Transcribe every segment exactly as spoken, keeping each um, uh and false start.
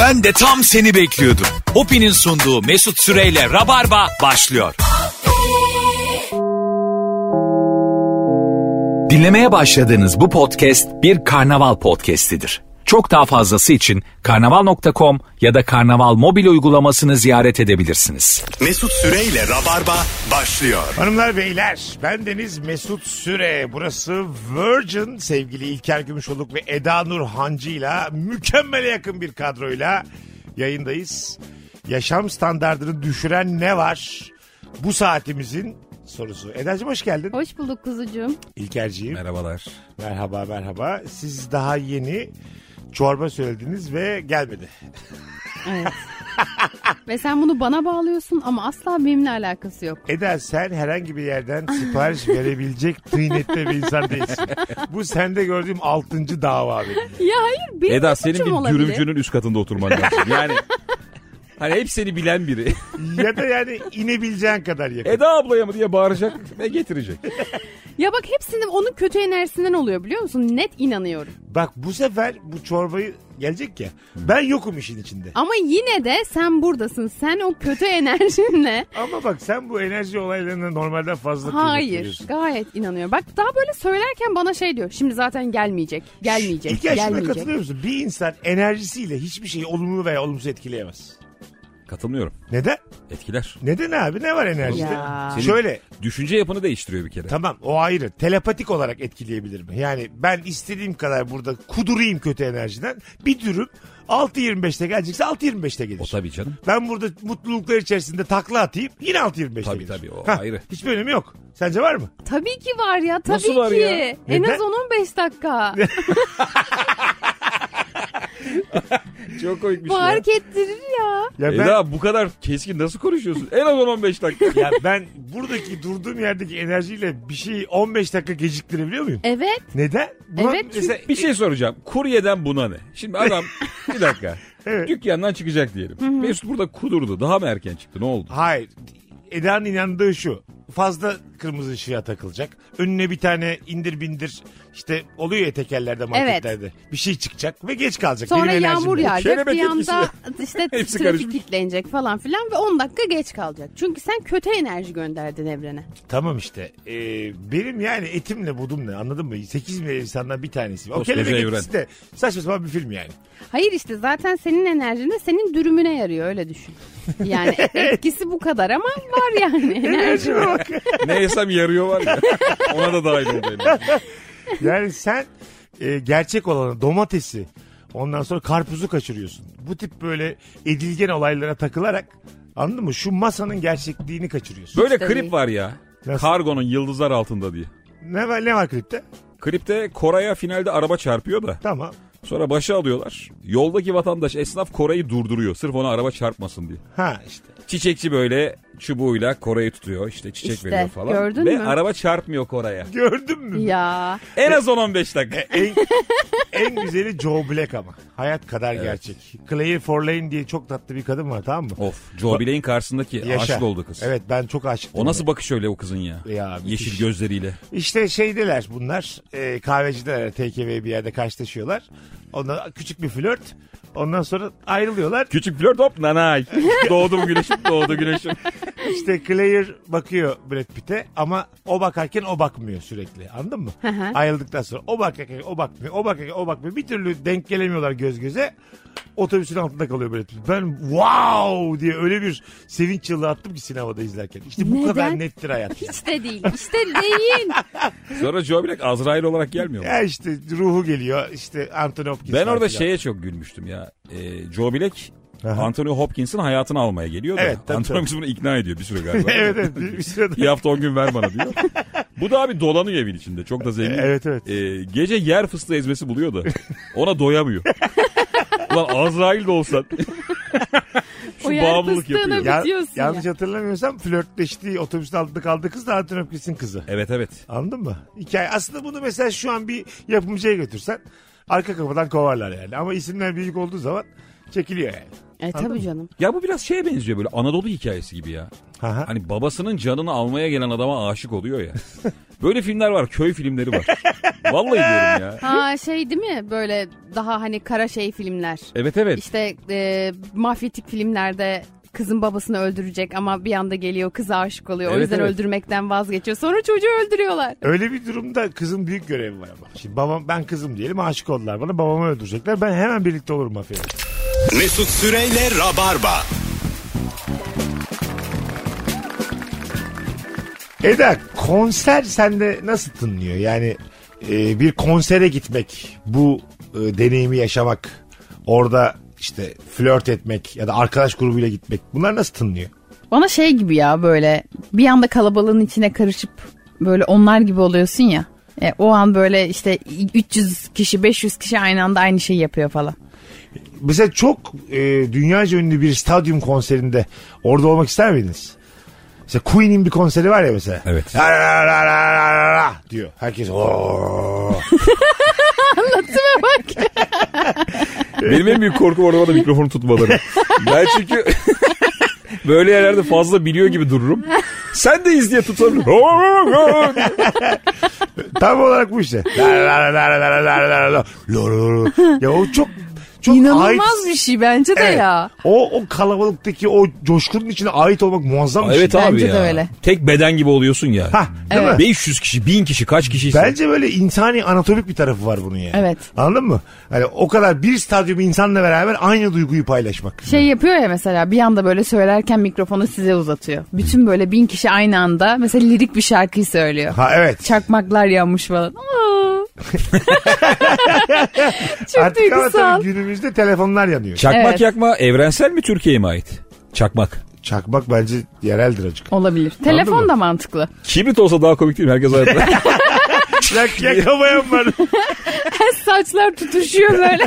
Ben de tam seni bekliyordum. Hopi'nin sunduğu Mesut Süreyle Rabarba başlıyor. Dinlemeye başladığınız bu podcast bir karnaval podcastidir. Çok daha fazlası için karnaval nokta com ya da karnaval mobil uygulamasını ziyaret edebilirsiniz. Mesut Süreyle Rabarba başlıyor. Hanımlar beyler, bendeniz Mesut Süre. Burası Virgin, sevgili İlker Gümüşoluk ve Eda Nur Hancı'yla mükemmele yakın bir kadroyla yayındayız. Yaşam standartını düşüren ne var? Bu saatimizin sorusu. Eda'cığım hoş geldin. Hoş bulduk kuzucuğum. İlkerciğim. Merhabalar. Merhaba merhaba. Siz daha yeni çorba söylediniz ve gelmedi. Evet. Ve sen bunu bana bağlıyorsun ama asla benimle alakası yok. Eda, sen herhangi bir yerden sipariş verebilecek tıynette bir insan değilsin. Bu sende gördüğüm altıncı dava benim. Ya hayır, benim Eda, suçum senin bir olabilir. dürümcünün üst katında oturman lazım. Yani hani hep seni bilen biri. Ya da yani inebileceğin kadar yakın. Eda ablaya mı diye bağıracak ve getirecek. Ya bak, hepsinin onun kötü enerjisinden oluyor, biliyor musun? Net inanıyorum. Bak bu sefer bu çorbayı gelecek ya. Ben yokum işin içinde. Ama yine de sen buradasın. Sen o kötü enerjinle. Ama bak sen bu enerji olaylarına normalden fazla kıymet Hayır, veriyorsun. gayet inanıyorum. Bak daha böyle söylerken bana şey diyor. Şimdi zaten gelmeyecek. Gelmeyecek. İlk yaşına gelmeyecek. katılıyor musun? Bir insan enerjisiyle hiçbir şeyi olumlu veya olumsuz etkileyemez. Katılmıyorum. Neden? Etkiler. Neden abi? Ne var enerjide? Ya. Senin Şöyle. düşünce yapını değiştiriyor bir kere. Tamam, o ayrı. Telepatik olarak etkileyebilir mi? Yani ben istediğim kadar burada kudurayım kötü enerjiden. Bir dürüm altı yirmi beşte gelecekse altı yirmi beşte gelir. O tabii canım. Ben burada mutluluklar içerisinde takla atayım, yine altı yirmi beşte Tabii gelir. tabii, o Hah, ayrı. hiçbir önemi yok. Sence var mı? Tabii ki var ya. Tabii Nasıl var ki. ya? En Neden? az on on beş dakika. Çok komik bir Bu şey ya. fark ettirir ya. Ya ben, Eda, bu kadar keskin nasıl konuşuyorsun? En az on on beş dakika. ya ben buradaki durduğum yerdeki enerjiyle bir şeyi on beş dakika geciktirebiliyor muyum? Evet. Neden? Buna Evet, mesela Bir şey soracağım. Kuryeden buna ne? Şimdi adam bir dakika. Evet. Dükkandan çıkacak diyelim. Mesut burada kudurdu. Daha mı erken çıktı? Ne oldu? Hayır. Eda'nın inandığı şu. Fazla kırmızı ışığa takılacak. Önüne bir tane indir bindir işte oluyor ya tekerlerde, marketlerde. Bir şey çıkacak ve geç kalacak. Sonra Benim enerjim yağmur bu. yağacak, Kelebek bir etkisi anda ya. işte Hepsi trafik karışmış. kilitlenecek falan filan ve on dakika geç kalacak. Çünkü sen kötü enerji gönderdin evrene. Tamam işte. Ee, benim yani etimle budumla, anladın mı? sekiz milyon insandan bir tanesi. O Koskoca kelebek evren. etkisi de saçma sapan bir film yani. Hayır, işte zaten senin enerjin de senin dürümüne yarıyor, öyle düşün. Yani etkisi bu kadar ama var yani enerji. Enerjime bak. Ne yesem yarıyor var ya. Ona da dahil oldu benim. Yani sen e, gerçek olanı, domatesi, ondan sonra karpuzu kaçırıyorsun. Bu tip böyle edilgen olaylara takılarak, anladın mı? Şu masanın gerçekliğini kaçırıyorsun. Böyle de klip değil. var ya. Nasıl? Kargonun yıldızlar altında diye. Ne var, ne var klipte? Klipte Koray'a finalde araba çarpıyor da. Tamam. Sonra başa alıyorlar. Yoldaki vatandaş, esnaf Koray'ı durduruyor. Sırf ona araba çarpmasın diye. Ha işte. Çiçekçi böyle çubuğuyla Koray'ı tutuyor. İşte çiçek İşte, veriyor falan. gördün Ve mü? araba çarpmıyor Koray'a. Gördün mü? Ya En az on on beş dakika. En, en güzeli Joe Black ama. Hayat kadar gerçek. Claire Forlane diye çok tatlı bir kadın var, tamam mı? Of, Joe Blake'in karşısındaki Yaşa. aşık oldu kız. Evet, ben çok aşıktım. O nasıl bakış öyle o kızın ya? Ya, müthiş. Yeşil gözleriyle. İşte şeydeler bunlar. E, kahvecideler, take away bir yerde karşılaşıyorlar. Ondan küçük bir flört. Ondan sonra ayrılıyorlar. Küçük flört, hop nanay. Doğdu mu güneşim, doğdu güneşim. İşte Claire bakıyor Brad Pitt'e ama o bakarken o bakmıyor sürekli. Anladın mı? Hı hı. Ayrıldıktan sonra o bakarken o bakmıyor. O bakarken o bakmıyor. Bir türlü denk gelemiyorlar göz göze. Otobüsün altında kalıyor Brad Pitt. Ben wow diye öyle bir sevinç çığlığı attım ki sinemada izlerken. İşte bu Neden? kadar nettir hayat. hiç de değil. İşte değil. Sonra Joe Black Azrail olarak gelmiyor mu? Ya işte ruhu geliyor. İşte Anthony Hopkins. Ben var orada filan. şeye çok gülmüştüm ya. Ee, Joe Black Aha. Anthony Hopkins'in hayatını almaya geliyor da. Evet, tabii, Anthony tabii. Hopkins bunu ikna ediyor bir süre galiba. Evet evet bir, bir sırada. Bir hafta on gün ver bana diyor. Bu da abi dolanıyor evin içinde. Çok da zengin. Evet, evet. Ee, gece yer fıstığı ezmesi buluyor da ona doyamıyor. Ulan Azrail de olsan. Şu O yer bağımlılık fıstığına yapıyor. bir- Ya, Bitiyorsun yanlış ya. hatırlamıyorsam flörtleştiği otobüsün altında kaldığı kız da Anthony Hopkins'in kızı. Evet evet. Anladın mı? Hikaye. Aslında bunu mesela şu an bir yapımcıya götürsen arka kapıdan kovarlar yani. Ama isimler büyük olduğu zaman Çekiliyor yani. E tabii canım. Ya bu biraz şeye benziyor, böyle Anadolu hikayesi gibi ya. Aha. Hani babasının canını almaya gelen adama aşık oluyor ya. Böyle filmler var, köy filmleri var. Vallahi diyorum ya. Ha şey değil mi, böyle daha hani kara şey filmler. Evet evet. İşte e, mafyatik filmlerde kızın babasını öldürecek ama bir anda geliyor, kıza aşık oluyor. Evet, o yüzden evet. öldürmekten vazgeçiyor. Sonra çocuğu öldürüyorlar. Öyle bir durumda kızın büyük görevi var ama. Şimdi babam, ben kızım diyelim, aşık oldular bana, babamı öldürecekler. Ben hemen birlikte olurum mafyayla. Mesut Süreyle Rabarba. Eda, konser sende nasıl tınlıyor? Yani e, bir konsere gitmek, bu e, deneyimi yaşamak, orada işte flört etmek ya da arkadaş grubuyla gitmek, bunlar nasıl tınlıyor? Bana şey gibi ya, böyle bir anda kalabalığın içine karışıp böyle onlar gibi oluyorsun ya. E, o an böyle işte üç yüz kişi beş yüz kişi aynı anda aynı şeyi yapıyor falan. Mesela çok e, dünyaca ünlü bir stadyum konserinde orada olmak ister miydiniz? Mesela Queen'in bir konseri var ya mesela. Evet. La la la la la la diyor. Herkes ooo. Anlatıma bak. Benim en büyük korkum orada da mikrofonu tutmaları. Ben çünkü böyle yerlerde fazla biliyor gibi dururum. Sen de iz diye tutarım. Tam olarak bu işte. La la la la la la la la la la. Ya o çok çok İnanılmaz ait... bir şey bence de Evet. ya. O o kalabalıktaki o coşkunun içine ait olmak muazzam bir Evet şey. abi Bence ya. de öyle. Tek beden gibi oluyorsun ya. Hah, değil Evet. mi? beş yüz kişi, bin kişi, kaç kişiyse. Bence böyle insani anatomik bir tarafı var bunun yani. Evet. Anladın mı? Hani o kadar bir stadyum insanla beraber aynı duyguyu paylaşmak. Şey yapıyor ya mesela, bir anda böyle söylerken mikrofonu size uzatıyor. Bütün böyle bin kişi aynı anda mesela lirik bir şarkıyı söylüyor. Ha evet. Çakmaklar yanmış falan. Aa. Çok Artık ama duygusal. tabii günümüzde telefonlar yanıyor. Çakmak Evet. yakma evrensel mi, Türkiye'ye mi ait? Çakmak. Çakmak bence yereldir acık. Olabilir. Telefon da mantıklı. Kibrit olsa daha komik değil mi? Herkes hayatta. Yak, yakamayan var. Saçlar tutuşuyor böyle.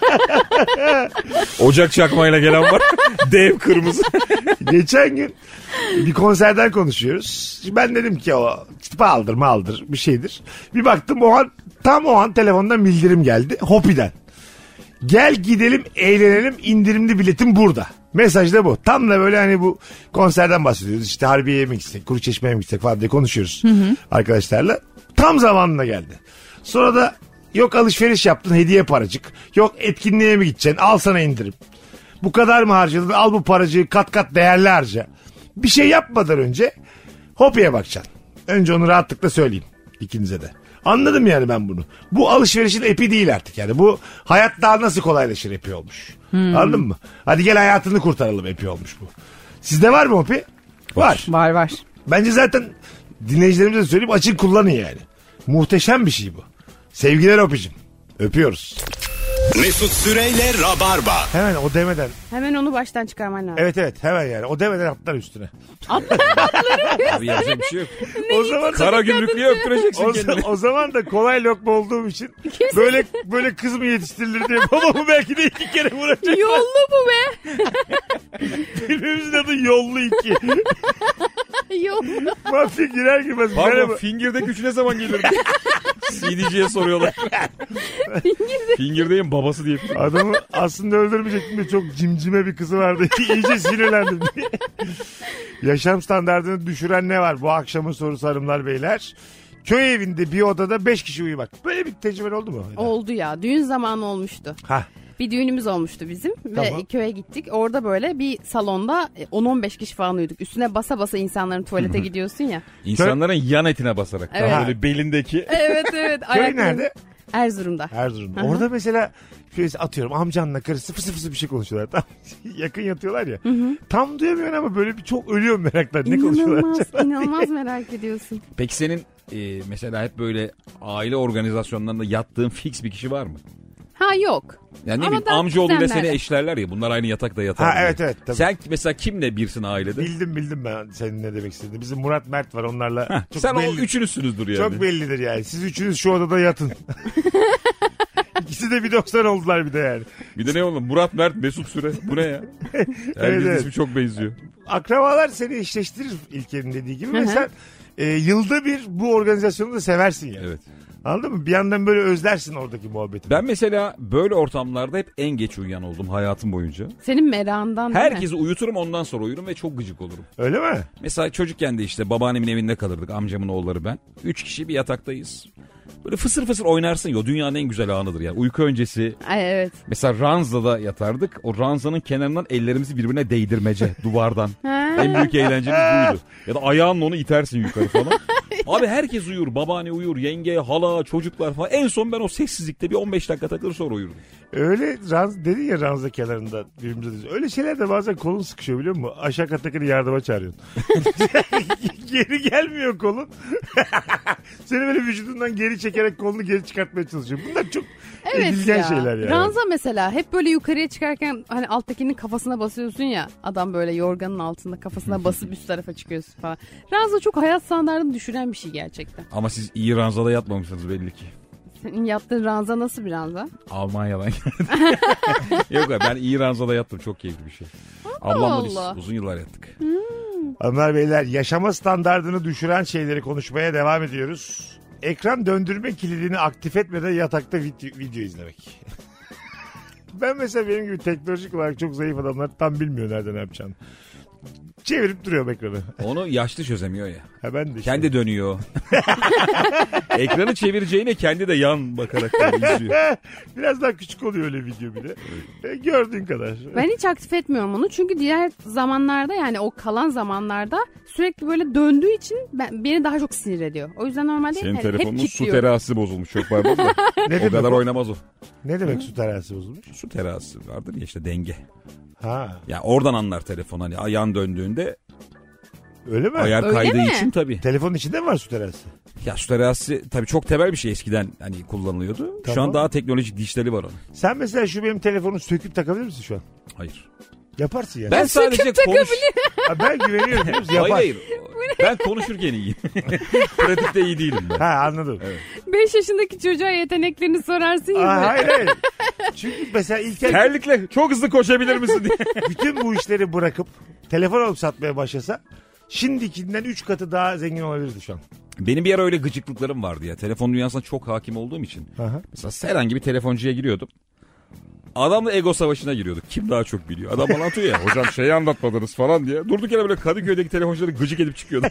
Ocak çakmayla gelen var. Dev kırmızı. Geçen gün bir konserden konuşuyoruz. Ben dedim ki o pahalıdır maldır bir şeydir. Bir baktım o an, tam o an telefondan bildirim geldi. Hopi'den. Gel gidelim eğlenelim, indirimli biletim burada. Mesaj da bu. Tam da böyle hani bu konserden bahsediyoruz. İşte Harbiye'ye mi gitsek, Kuruçeşme'ye mi gitsek falan diye konuşuyoruz hı hı. arkadaşlarla. Tam zamanında geldi. Sonra da yok alışveriş yaptın, hediye paracık. Yok etkinliğe mi gideceksin, al sana indirim. Bu kadar mı harcadın, al bu paracığı kat kat değerli harca. Bir şey yapmadan önce Hopi'ye bakacaksın. Önce onu rahatlıkla söyleyeyim ikinize de. Anladım yani ben bunu. Bu alışverişin epi değil artık yani. Bu hayat daha nasıl kolaylaşır epi olmuş. Hmm. Anladın mı? Hadi gel hayatını kurtaralım epi olmuş bu. Sizde var mı Hopi? Var. Var var. Bence zaten dinleyicilerimize de söyleyeyim, açık kullanın yani. Muhteşem bir şey bu. Sevgiler Hopi'cim. Öpüyoruz. Mesut Süreyle Rabarba. Hemen o demeden. Hemen onu baştan çıkarman lazım. Evet evet hemen yani. O demeden atlar üstüne. Abi yapacak bir şey yok. O zaman da, Kara gümrüklüye öptüreceksin o, kendini. o zaman da kolay lokma olduğum için böyle böyle kız mı yetiştirilir diye babamı belki de iki kere vuracak. Yollu bu be. Filmimizin adı Yollu iki. Yollu. Mafya girer girmez. Pardon, Merhaba. Finger'de güç ne zaman gelirdi? C D C'ye soruyorlar. Finger'deyim babası diye. Adamı aslında öldürmeyecektim de çok cimcime bir kızı vardı. İyice sinirlendim diye. Yaşam standartını düşüren ne var? Bu akşamın sorusu hanımlar beyler. Köy evinde bir odada beş kişi uyumak. Böyle bir tecrüben oldu mu? Oldu ya. Düğün zamanı olmuştu. Hah. Bir düğünümüz olmuştu bizim Tamam. ve köye gittik. Orada böyle bir salonda on on beş kişi falan uyuduk. Üstüne basa basa insanların tuvalete gidiyorsun ya. İnsanların yan etine basarak. Evet. Daha böyle belindeki. Evet evet. Köy Ayaklarını- nerede? Erzurum'da. Erzurum'da. Hı hı. Orada mesela şöyle atıyorum amcanla karısı fısı fısı bir şey konuşuyorlar. Tam yakın yatıyorlar ya. Hı hı. Tam duyamıyorsun ama böyle bir çok ölüyorum meraktan. Ne konuşuyorlar? İnanılmaz, inanılmaz merak ediyorsun. Peki senin e, mesela hep böyle aile organizasyonlarında yattığın fix bir kişi var mı? Ha yok. Yani ne Ama bileyim daha amcaoğluyla seni kuzenlerle. eşlerler ya, bunlar aynı yatakta yatar. Ha, diye. evet, evet, tabii. Sen mesela kimle birsin ailede? Bildim bildim ben senin ne demek istediğini. Bizim Murat Mert var onlarla. Heh, çok sen belli, o üçünüzsünüzdür yani. Çok bellidir yani. Siz üçünüz şu odada yatın. İkisi de bir doksan oldular bir de yani. Bir de ne oğlum, Murat Mert Mesut Süre, bu ne ya? Herkesin Evet, evet. ismi çok benziyor. Akrabalar seni eşleştirir İlker'in dediği gibi. Hı hı. Ve sen e, yılda bir bu organizasyonu da seversin yani. Evet. Anladın mı? Bir yandan böyle özlersin oradaki muhabbeti. Ben mesela böyle ortamlarda hep en geç uyuyan oldum hayatım boyunca. Senin merakından değil mi? Herkesi uyuturum, ondan sonra uyurum ve çok gıcık olurum. Öyle mi? Mesela çocukken de işte babaannemin evinde kalırdık, amcamın oğulları ben. Üç kişi bir yataktayız. Böyle fısır fısır oynarsın ya, o dünyanın en güzel anıdır yani. Uyku öncesi Ay, evet. mesela ranzada yatardık. O ranzanın kenarından ellerimizi birbirine değdirmece duvardan. En büyük eğlencemiz buydu. Ya da ayağınla onu itersin yukarı falan. Abi herkes uyur. Babaanne uyur, yenge, hala, çocuklar falan. En son ben o sessizlikte bir on beş dakika takılır sonra uyurdum. Öyle ranz, dedin ya ranza kenarında birbirimize de. Öyle şeyler de bazen kolun sıkışıyor biliyor musun? Aşağı kattakini yardıma çağırıyorsun. Geri gelmiyor kolun. Seni böyle vücudundan geri çekerek kolunu geri çıkartmaya çalışıyor. Bunlar çok Evet edilgen ya. şeyler yani. Ranza mesela hep böyle yukarıya çıkarken hani alttakinin kafasına basıyorsun ya. Adam böyle yorganın altında kafasına basıp üst tarafa çıkıyorsun falan. Ranza çok hayat standartını düşüren bir şey gerçekten. Ama siz iyi ranzada yatmamışsınız belli ki. Senin yattığın ranza nasıl bir ranza? Almanya'dan geldi. Yok ben iyi ranzada yattım, çok keyifli bir şey. Ablamla biz Allah. uzun yıllar yattık. Hanımlar beyler, yaşama standartını düşüren şeyleri konuşmaya devam ediyoruz. Ekran döndürme kilidini aktif etmeden yatakta video, video izlemek. Ben mesela benim gibi teknolojik olarak çok zayıf adamlar tam bilmiyor nerede ne yapacağını. Çevirip duruyorum ekranı. Onu yaşlı çözemiyor ya. Ha ben de işte. Kendi dönüyor. Ekranı çevireceğine kendi de yan bakarak böyle izliyor. Biraz daha küçük oluyor öyle video bile. E, gördüğün kadar. Ben hiç aktif etmiyorum onu. Çünkü diğer zamanlarda yani o kalan zamanlarda sürekli böyle döndüğü için ben, beni daha çok sinir ediyor. O yüzden normalde Senin hep, telefonun hep su kilitliyorum. terazisi bozulmuş, çok pardon da. Ne O demek kadar o? oynamaz o. Ne demek su terazisi bozulmuş? Su terazisi vardır ya işte, denge. Ha. Ya oradan anlar telefon, hani ayağın döndüğünde Öyle mi? ayar Öyle kaydığı mi? için tabii. Telefonun içinde mi var su terazisi? Ya su terazisi tabii çok temel bir şey, eskiden hani kullanılıyordu. Şu Tamam. an daha teknolojik dijitali var onun. Sen mesela şu benim telefonu söküp takabilir misin şu an? Hayır. Yaparsın yani. Ben sadece konuş... Ha, ben güveniyorum biliyor musun? Hayır Yapar. hayır. Ben konuşurken iyiyim. Pratikte iyi değilim ben. Ha anladım. Evet. beş yaşındaki çocuğa yeteneklerini sorarsın ya. Aa, hayır hayır. Çünkü mesela İlker Terlikle çok hızlı koşabilir misin diye. bütün bu işleri bırakıp telefon alıp satmaya başlasa şimdikinden üç katı daha zengin olabilirdi şu an. Benim bir ara öyle gıcıklıklarım vardı ya. Telefon dünyasına çok hakim olduğum için. Aha. Mesela herhangi bir telefoncuya giriyordum. Adamla ego savaşına giriyorduk. Kim daha çok biliyor? Adam anlatıyor ya. Hocam şeyi anlatmadınız falan diye. Durduk yere böyle Kadıköy'deki telefoncuları gıcık edip çıkıyordum.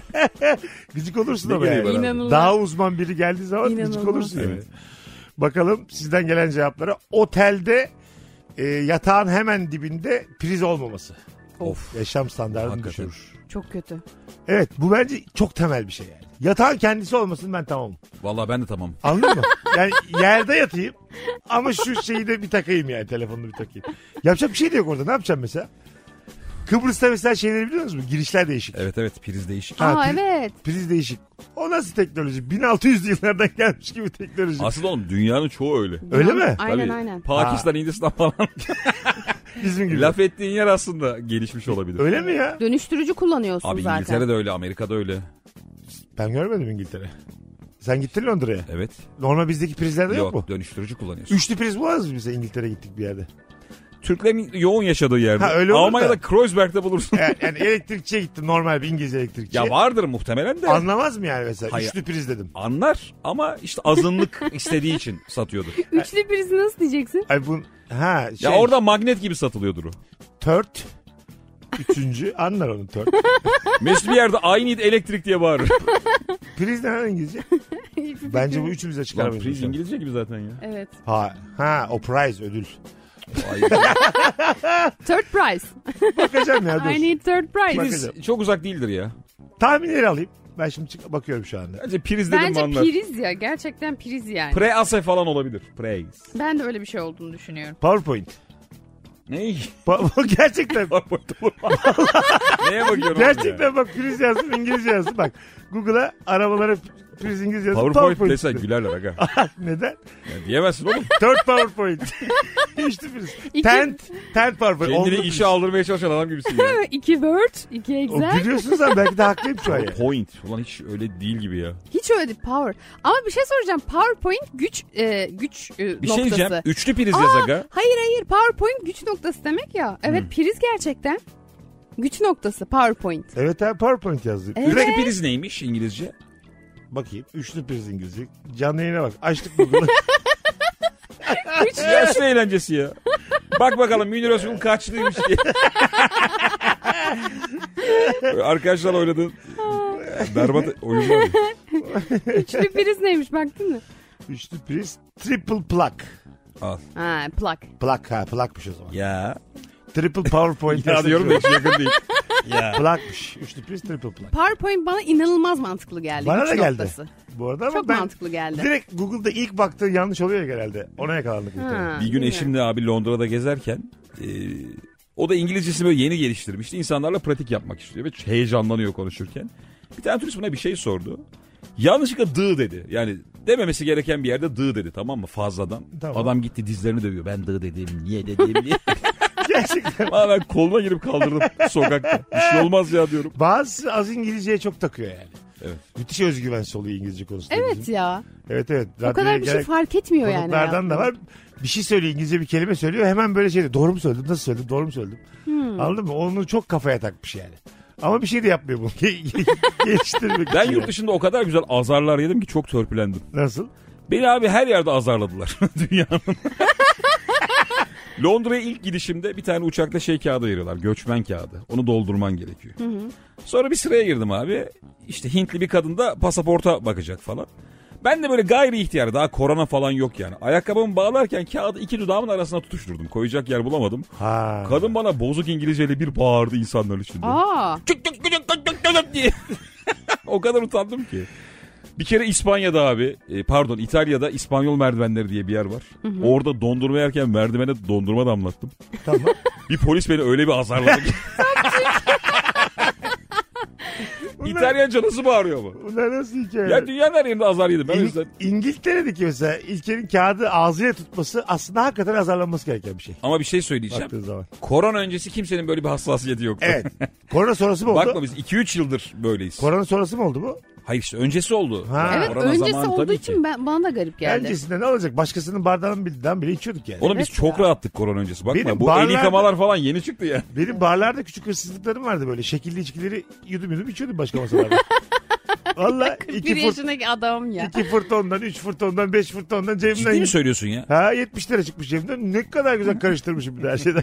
Gıcık olursun Ne ama geliyor yani. bana? İnanılmaz. Daha uzman biri geldiği zaman İnanılmaz. gıcık olursun yani. Evet. Bakalım sizden gelen cevaplara. Otelde e, yatağın hemen dibinde priz olmaması. Of. Yaşam standartını Hakikaten. düşürür. Çok kötü. Evet bu bence çok temel bir şey yani. Yatağın kendisi olmasın ben tamamım. Vallahi ben de tamam. Anladın mı? Yani yerde yatayım ama şu şeyi de bir takayım yani, telefonunu bir takayım. Yapacak bir şey de yok orada, ne yapacağım mesela? Kıbrıs'ta mesela şeyleri biliyor musunuz? Girişler değişik. Evet evet, priz değişik. Ha, Aa pri- evet. Priz değişik. O nasıl teknoloji? bin altı yüzlü yıllardan gelmiş gibi teknoloji. Aslında oğlum dünyanın çoğu öyle. Öyle mi? Aynen Tabii. aynen. Pakistan, Hindistan falan. Bizim gibi. Laf ettiğin yer aslında gelişmiş olabilir. Öyle mi ya? Dönüştürücü kullanıyorsun Abi zaten. İngiltere'de öyle, Amerika'da öyle. Ben görmedim İngiltere. Sen gittin Londra'ya. Evet. Normal bizdeki prizlerde yok, Yok, mu? dönüştürücü kullanıyorsun. Üçlü priz bulamaz mı mesela İngiltere'ye gittik bir yerde? Türklerin yoğun yaşadığı yerde. Ha, öyle olur Almanya'da da. Kreuzberg'de bulursun. Yani, yani elektrikçiye gittim, normal bir İngiliz elektrikçiye. Ya vardır muhtemelen de. Anlamaz mı yani mesela? Hayır. Üçlü priz dedim. Anlar ama işte azınlık istediği için satıyordur. Üçlü prizi nasıl diyeceksin? Ay bu ha şey. Ya orada magnet gibi satılıyordur o. Third. Üçüncü anlar onu third. Mesut bir yerde I need elektrik diye bağırır. Priz ne lan İngilizce? Bence bu üçümüze Lan çıkaramayız. priz İngilizce gibi zaten ya. Evet. Ha, ha o prize ödül. Ay, Third prize. Bakacağım ya dur. I need third prize. Bakacağım. priz çok uzak değildir ya. Tahminleri alayım. Ben şimdi çık- bakıyorum şu anda. Bence priz dedim mi Bence anlar. priz ya. Gerçekten priz yani. Pre-ase falan olabilir. Praise. Ben de öyle bir şey olduğunu düşünüyorum. PowerPoint. Ne? Pa- gerçekten. Neye bakıyorum? Gerçekten bak priz yazdım, İngilizce yazdım. Bak Google'a arabalara priz İngilizce yazdım. PowerPoint desen dedim. gülerler aga. Neden? Ya diyemezsin oğlum. Third PowerPoint. Üçlü priz. İki- Tent. Tent PowerPoint. Kendini Onlu işe priz. aldırmaya çalışan adam gibisin ya. İki Word, iki O, Excel. biliyorsun sen, belki de haklıyım şu an ya. Point. Ulan hiç öyle değil gibi ya. Hiç öyle değil. Power. Ama bir şey soracağım. PowerPoint güç e, güç e, Bir noktası. şey diyeceğim. Üçlü priz Aa, yaz aga. Hayır hayır. PowerPoint güç noktası demek ya. Evet priz gerçekten. Güç noktası PowerPoint. Evet abi PowerPoint yazdım. Evet. Üçlü priz neymiş İngilizce? Bakayım. Üçlü priz İngilizce. Canlı yayına bak. Açtık Google'ı. Yaşlı eğlencesi ya. Bak bakalım Münir Özkul kaçlıymış diye. Arkadaşlar oynadığın berbat oyunlar. Üçlü priz neymiş baktın mı? Üçlü priz. Triple plug. Al. Ha plak. Plug ha plugmış o zaman. Ya. Triple PowerPoint. Ya diyorum da hiç yakın değil. Ya. Plugmış. Üçlü priz triple plug. PowerPoint bana inanılmaz mantıklı geldi. Bana Güç da geldi. noktası. Bu arada ama Çok ben mantıklı geldi. direkt Google'da ilk baktığın yanlış oluyor ya genelde. Ona yakalandık. Ha, Bir gün değil mi? eşimle abi Londra'da gezerken e, o da İngilizcesini böyle yeni geliştirmişti. İnsanlarla pratik yapmak istiyor ve heyecanlanıyor konuşurken. Bir tane turist buna bir şey sordu. Yanlışlıkla dı dedi. Yani dememesi gereken bir yerde dı dedi, tamam mı, fazladan. Tamam. Adam gitti dizlerini dövüyor. Ben dı dedim, niye dedim diye. Gerçekten. Ama ben koluna girip kaldırdım sokakta. Bir şey olmaz ya diyorum. Bazısı az İngilizceye çok takıyor yani. Evet. Müthiş özgüvensiz oluyor İngilizce konusunda. Evet bizim. ya. Evet evet. O kadar bir şey fark etmiyor yani. Konuklardan da var. Bir şey söylüyor, İngilizce bir kelime söylüyor. Hemen böyle şey diyor. Doğru mu söyledim? Nasıl söyledim? Doğru mu söyledim? Hmm. Anladın mı? Onu çok kafaya takmış yani. Ama bir şey de yapmıyor bunu. Geliştirmek Ben için yurt yani. dışında o kadar güzel azarlar yedim ki çok törpülendim. Nasıl? Beni abi her yerde azarladılar dünyanın. Londra'ya ilk gidişimde bir tane uçakta şey kağıdı veriyorlar. Göçmen kağıdı. Onu doldurman gerekiyor. Hı hı. Sonra bir sıraya girdim abi. İşte Hintli bir kadın da pasaporta bakacak falan. Ben de böyle gayri ihtiyar, daha korona falan yok yani. Ayakkabımı bağlarken kağıdı iki dudağımın arasına tutuşturdum. Koyacak yer bulamadım. Ha. Kadın bana bozuk İngilizceyle bir bağırdı insanların içinde. Aa. Çık çık çık çık çık çık diye. O kadar utandım ki. Bir kere İspanya'da abi, e, pardon İtalya'da İspanyol merdivenleri diye bir yer var. Hı hı. Orada dondurma yerken merdivene dondurma damlattım. Tamam. Bir polis beni öyle bir azarladı ki. İtalyanca nasıl bağırıyor bu? Bunlar nasıl hikaye? Ya dünyanın her yerinde azar yedim. Ben o İng- yüzden... İngiltere'deki mesela İlker'in kağıdı ağzıyla tutması aslında hakikaten azarlanması gereken bir şey. Ama bir şey söyleyeceğim. Baktığın zaman. Korona öncesi kimsenin böyle bir hassasiyeti yoktu. Evet. Korona sonrası mı oldu? Bakma biz iki üç yıldır böyleyiz. Korona sonrası mı oldu bu? Hayır işte öncesi oldu. Ha. Evet Korona öncesi zamanı olduğu tabii için ki. ben, bana da garip geldi. Öncesinde ne olacak? Başkasının bardağının birinden bile içiyorduk yani. Oğlum biz Evet çok ya. rahattık korona öncesi. Bakma Benim bu barlarda- el yıkamalar falan yeni çıktı ya. Benim barlarda küçük hırsızlıklarım vardı böyle. Şekilli içkileri yudum yudum içiyordum başka masalarda. Valla bir iki, fırt, yaşındaki adam ya. iki fırt ondan, üç fırt ondan, beş fırt ondan cebimden. Ciddi mi söylüyorsun ya? Ha yetmiş lira çıkmış cebimden. Ne kadar güzel karıştırmışım bir de her şeyden.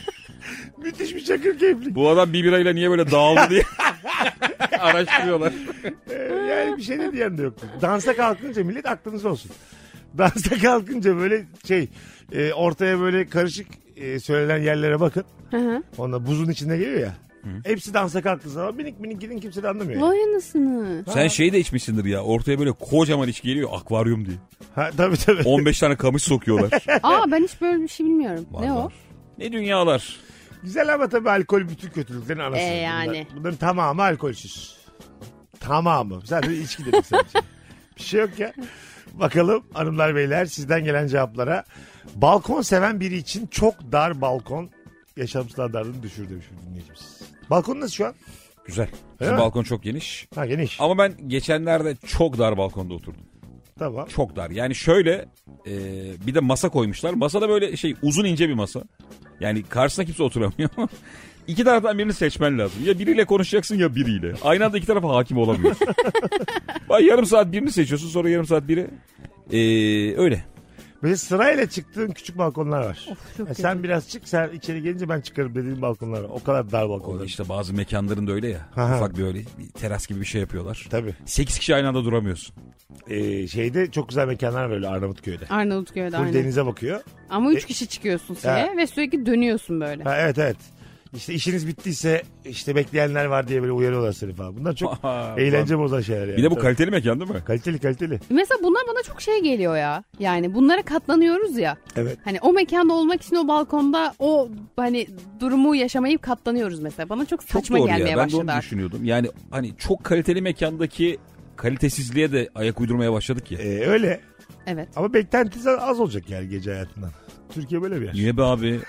Müthiş bir çakır keyiflik. Bu adam bir birayla niye böyle dağıldı diye araştırıyorlar. Ee, yani bir şey de diyen de yoktu. Dansa kalkınca millet aklınız olsun. Dansa kalkınca böyle şey e, ortaya böyle karışık e, söylenen yerlere bakın. Hı hı. Onda buzun içinde geliyor ya. Hı. Hepsi dansa kalktığı zaman minik minik gidin kimse de anlamıyor. Vay anasını. Sen şey de içmişsindir ya. Ortaya böyle kocaman içki geliyor, akvaryum diye. Ha, tabii tabii. on beş tane kamış sokuyorlar. Aa ben hiç böyle bir şey bilmiyorum. Var, Ne o? var. Ne dünyalar. Güzel ama tabii alkol bütün kötülüklerin anası. E, yani. Bunlar, bunların tamamı alkolsüz. Tamamı. Zaten içki dedik sadece. Bir şey yok ya. Bakalım hanımlar beyler sizden gelen cevaplara. Balkon seven biri için çok dar balkon yaşam standartını düşür demiş bir dinleyicimiz. Balkon nasıl şu an? Güzel. Öyle Bizim mi? balkon çok geniş. Ha geniş. Ama ben geçenlerde çok dar balkonda oturdum. Tamam. Çok dar. Yani şöyle e, bir de masa koymuşlar. Masada böyle şey uzun ince bir masa. Yani karşısına kimse oturamıyor. İki taraftan birini seçmen lazım. Ya biriyle konuşacaksın ya biriyle. Aynı anda iki tarafa hakim olamıyorsun. Bak yarım saat birini seçiyorsun, sonra yarım saat biri. Ee, öyle. Böyle sırayla çıktığın küçük balkonlar var. Of, çok Ya kötü. sen biraz çık, sen içeri gelince ben çıkarım dediğin balkonlar var. O kadar dar O balkonlar. işte bazı mekanların da öyle ya. Aha. Ufak böyle bir teras gibi bir şey yapıyorlar. Tabii. Sekiz kişi aynı anda duramıyorsun. Ee, şeyde çok güzel mekanlar var böyle Arnavutköy'de. Arnavutköy'de Full aynen. denize bakıyor. Ama üç E- kişi çıkıyorsun şeye Ha. ve sürekli dönüyorsun böyle. Ha, evet evet. İşte işiniz bittiyse işte bekleyenler var diye böyle uyarıyorlar seni falan. Bunlar çok eğlence bozan şeyler yani. Bir de bu Tabii. kaliteli mekan değil mi? Kaliteli kaliteli. Mesela bunlar bana çok şey geliyor ya. Yani bunlara katlanıyoruz ya. Evet. Hani o mekanda olmak için o balkonda o hani durumu yaşamayıp katlanıyoruz mesela. Bana çok Çok saçma doğru gelmeye ya. Ben de başladı onu artık. düşünüyordum. Yani hani çok kaliteli mekandaki kalitesizliğe de ayak uydurmaya başladık ya. Ee, öyle. Evet. Ama beklentisi az olacak yani gece hayatından. Türkiye böyle bir yer. Niye be abi?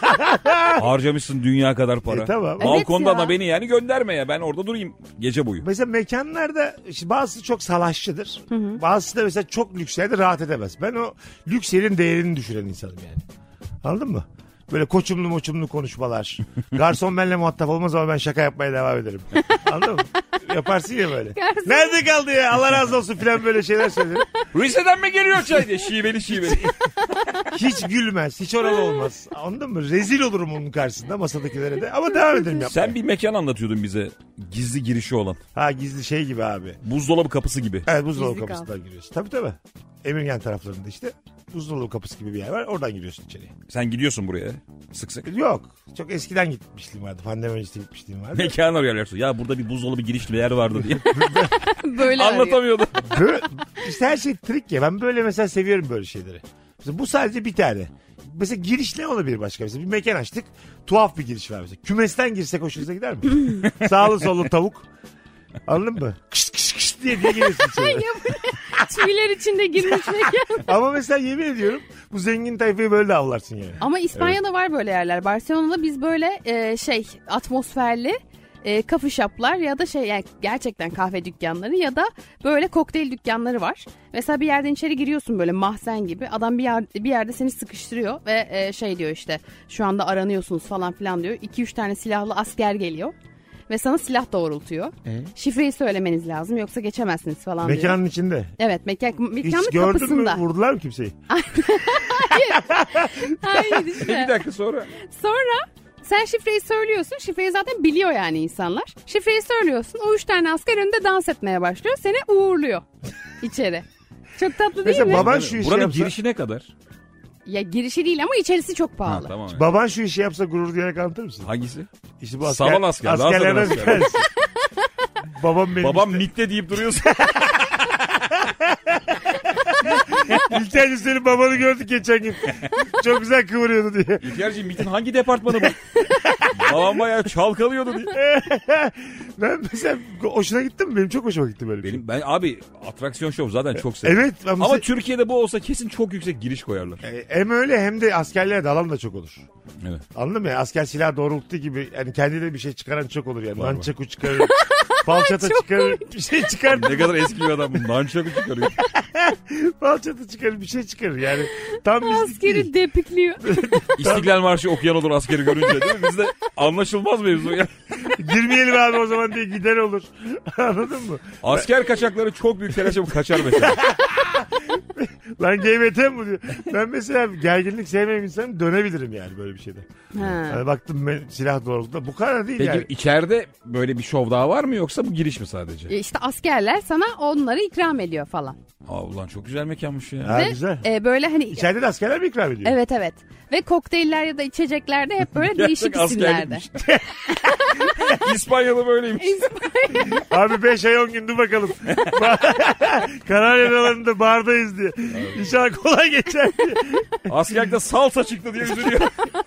Harcamışsın dünya kadar para. E, tamam. Balkonda Evet ya. da beni yani gönderme ya. Ben orada durayım gece boyu. Mesela mekanlarda işte bazısı çok salaşçıdır. Bazısı da mesela çok lüks yerde rahat edemez. Ben o lüks yerin değerini düşüren insanım yani. Anladın mı? Böyle koçumlu moçumlu konuşmalar. Garson benimle muhatap olmaz ama ben şaka yapmaya devam ederim. Anladın mı? Yaparsın ya böyle. Nerede kaldı ya? Allah razı olsun filan böyle şeyler söylerim. Rize'den mi geliyor çay diye. Şiveli şiveli. Hiç gülmez. Hiç oralı olmaz. Anladın mı? Rezil olurum onun karşısında masadakilere de. Ama devam ederim yapmaya. Sen bir mekan anlatıyordun bize. Gizli girişi olan. Ha gizli şey gibi abi. Buzdolabı kapısı gibi. Evet buzdolabı Gizli kapısından giriyorsun. Tabii tabii. Emirgan taraflarında işte buzdolabı kapısı gibi bir yer var. Oradan giriyorsun içeriye. Sen gidiyorsun buraya sık sık. Yok. Çok eskiden gitmişliğim vardı. Pandemi öncesi gitmişliğim vardı. Mekan arıyorlar. Ya burada bir buzdolabı girişli bir yer vardı diye. Böyle arıyor. Anlatamıyordu. Böyle, işte her şey trik ya. Ben böyle mesela seviyorum böyle şeyleri. Mesela bu sadece bir tane. Mesela giriş ne olabilir başka? Mesela bir mekan açtık. Tuhaf bir giriş var mesela. Kümesten girsek hoşunuza gider mi? Sağlı sollu tavuk. Anladın mı? Kışt kışt kışt diye diye gelirsin içeri. Çiviler içinde girmiş mekan. Ama mesela yemin ediyorum bu zengin tayfayı böyle de avlarsın yani. Ama İspanya'da var böyle yerler. Barcelona'da biz böyle e, şey atmosferli e, coffee shop'lar ya da şey yani gerçekten kahve dükkanları ya da böyle kokteyl dükkanları var. Mesela bir yerden içeri giriyorsun böyle mahzen gibi. Adam bir yer, bir yerde seni sıkıştırıyor ve e, şey diyor işte şu anda aranıyorsunuz falan filan diyor. iki üç tane silahlı asker geliyor. Ve sana silah doğrultuyor. E? Şifreyi söylemeniz lazım yoksa geçemezsiniz falan diyor. Mekanın içinde. Evet mekan, mekanın Hiç gördün kapısında. mü? Vurdular mı kimseyi? Hayır işte. Bir dakika sonra. Sonra sen şifreyi söylüyorsun. Şifreyi zaten biliyor yani insanlar. Şifreyi söylüyorsun. O üç tane asker önünde dans etmeye başlıyor. Seni uğurluyor içeri. Çok tatlı değil Mesela mi? baban şu işi Buranın yapsa. girişi ne kadar? Ya girişi değil ama içerisi çok Ha, pahalı. tamam. yani. Baban şu işi yapsa gurur diyerek anlatır mısın? Hangisi? İşte bu asker, Saman asker, daha askerlerden saman bir asker. tanesi. Babam benim Babam işte. mitte deyip duruyorsun. İlker'cim senin babanı gördük geçen gün. Çok güzel kıvırıyordu diye. İhtiyarcığım MİT'in hangi departmanı bu? Babam bayağı çalkalıyordu diye. Ben mesela hoşuna gitti mi? Benim çok hoşuma gitti böyle bir şey. Benim, ben abi atraksiyon şov zaten çok seviyorum. Evet. Ama, Ama se- Türkiye'de bu olsa kesin çok yüksek giriş koyarlar. E, hem öyle hem de askerlere dalan da çok olur. Evet. Anladın mı? Asker silah doğrulttuğu gibi yani kendileri bir şey çıkaran çok olur yani. Var, Nançaku çıkarır. Falçata çıkarır. Bir şey çıkarır. Ne kadar eski bir adam bu. Nançakı çıkarıyor. Falçata çıkarır. Bir şey çıkarır yani. Tam bizlik Askeri değil. depikliyor. İstiklal Marşı okuyan olur askeri görünce değil mi? Bizde anlaşılmaz mevzu ya. Girmeyelim abi o zaman diye gider olur. Anladın mı? Asker kaçakları çok büyük telaş yapıp kaçar mesela. Lan G B T mi bu diyor. Ben mesela gerginlik sevmeyen insanım dönebilirim yani böyle bir şeyde. Ha. Hani baktım ben silah doğrultuda. Bu kadar değil Peki yani. içeride böyle bir şov daha var mı yoksa bu giriş mi sadece? E İşte askerler sana onları ikram ediyor falan. Aa ulan çok güzel mekanmış ya. Ha, Ve güzel. e, böyle hani İçeride de askerler mi ikram ediyor? evet evet. Ve kokteyller ya da içecekler hep böyle değişik Gerçek isimlerde. askerlikmiş. İspanya'da böyleymiş. Abi beş ay on gündü bakalım. Kanarya Adaları'nda bardayız diye. İnşallah kolay geçer diye. Askerlikte salsa çıktı diye üzülüyor.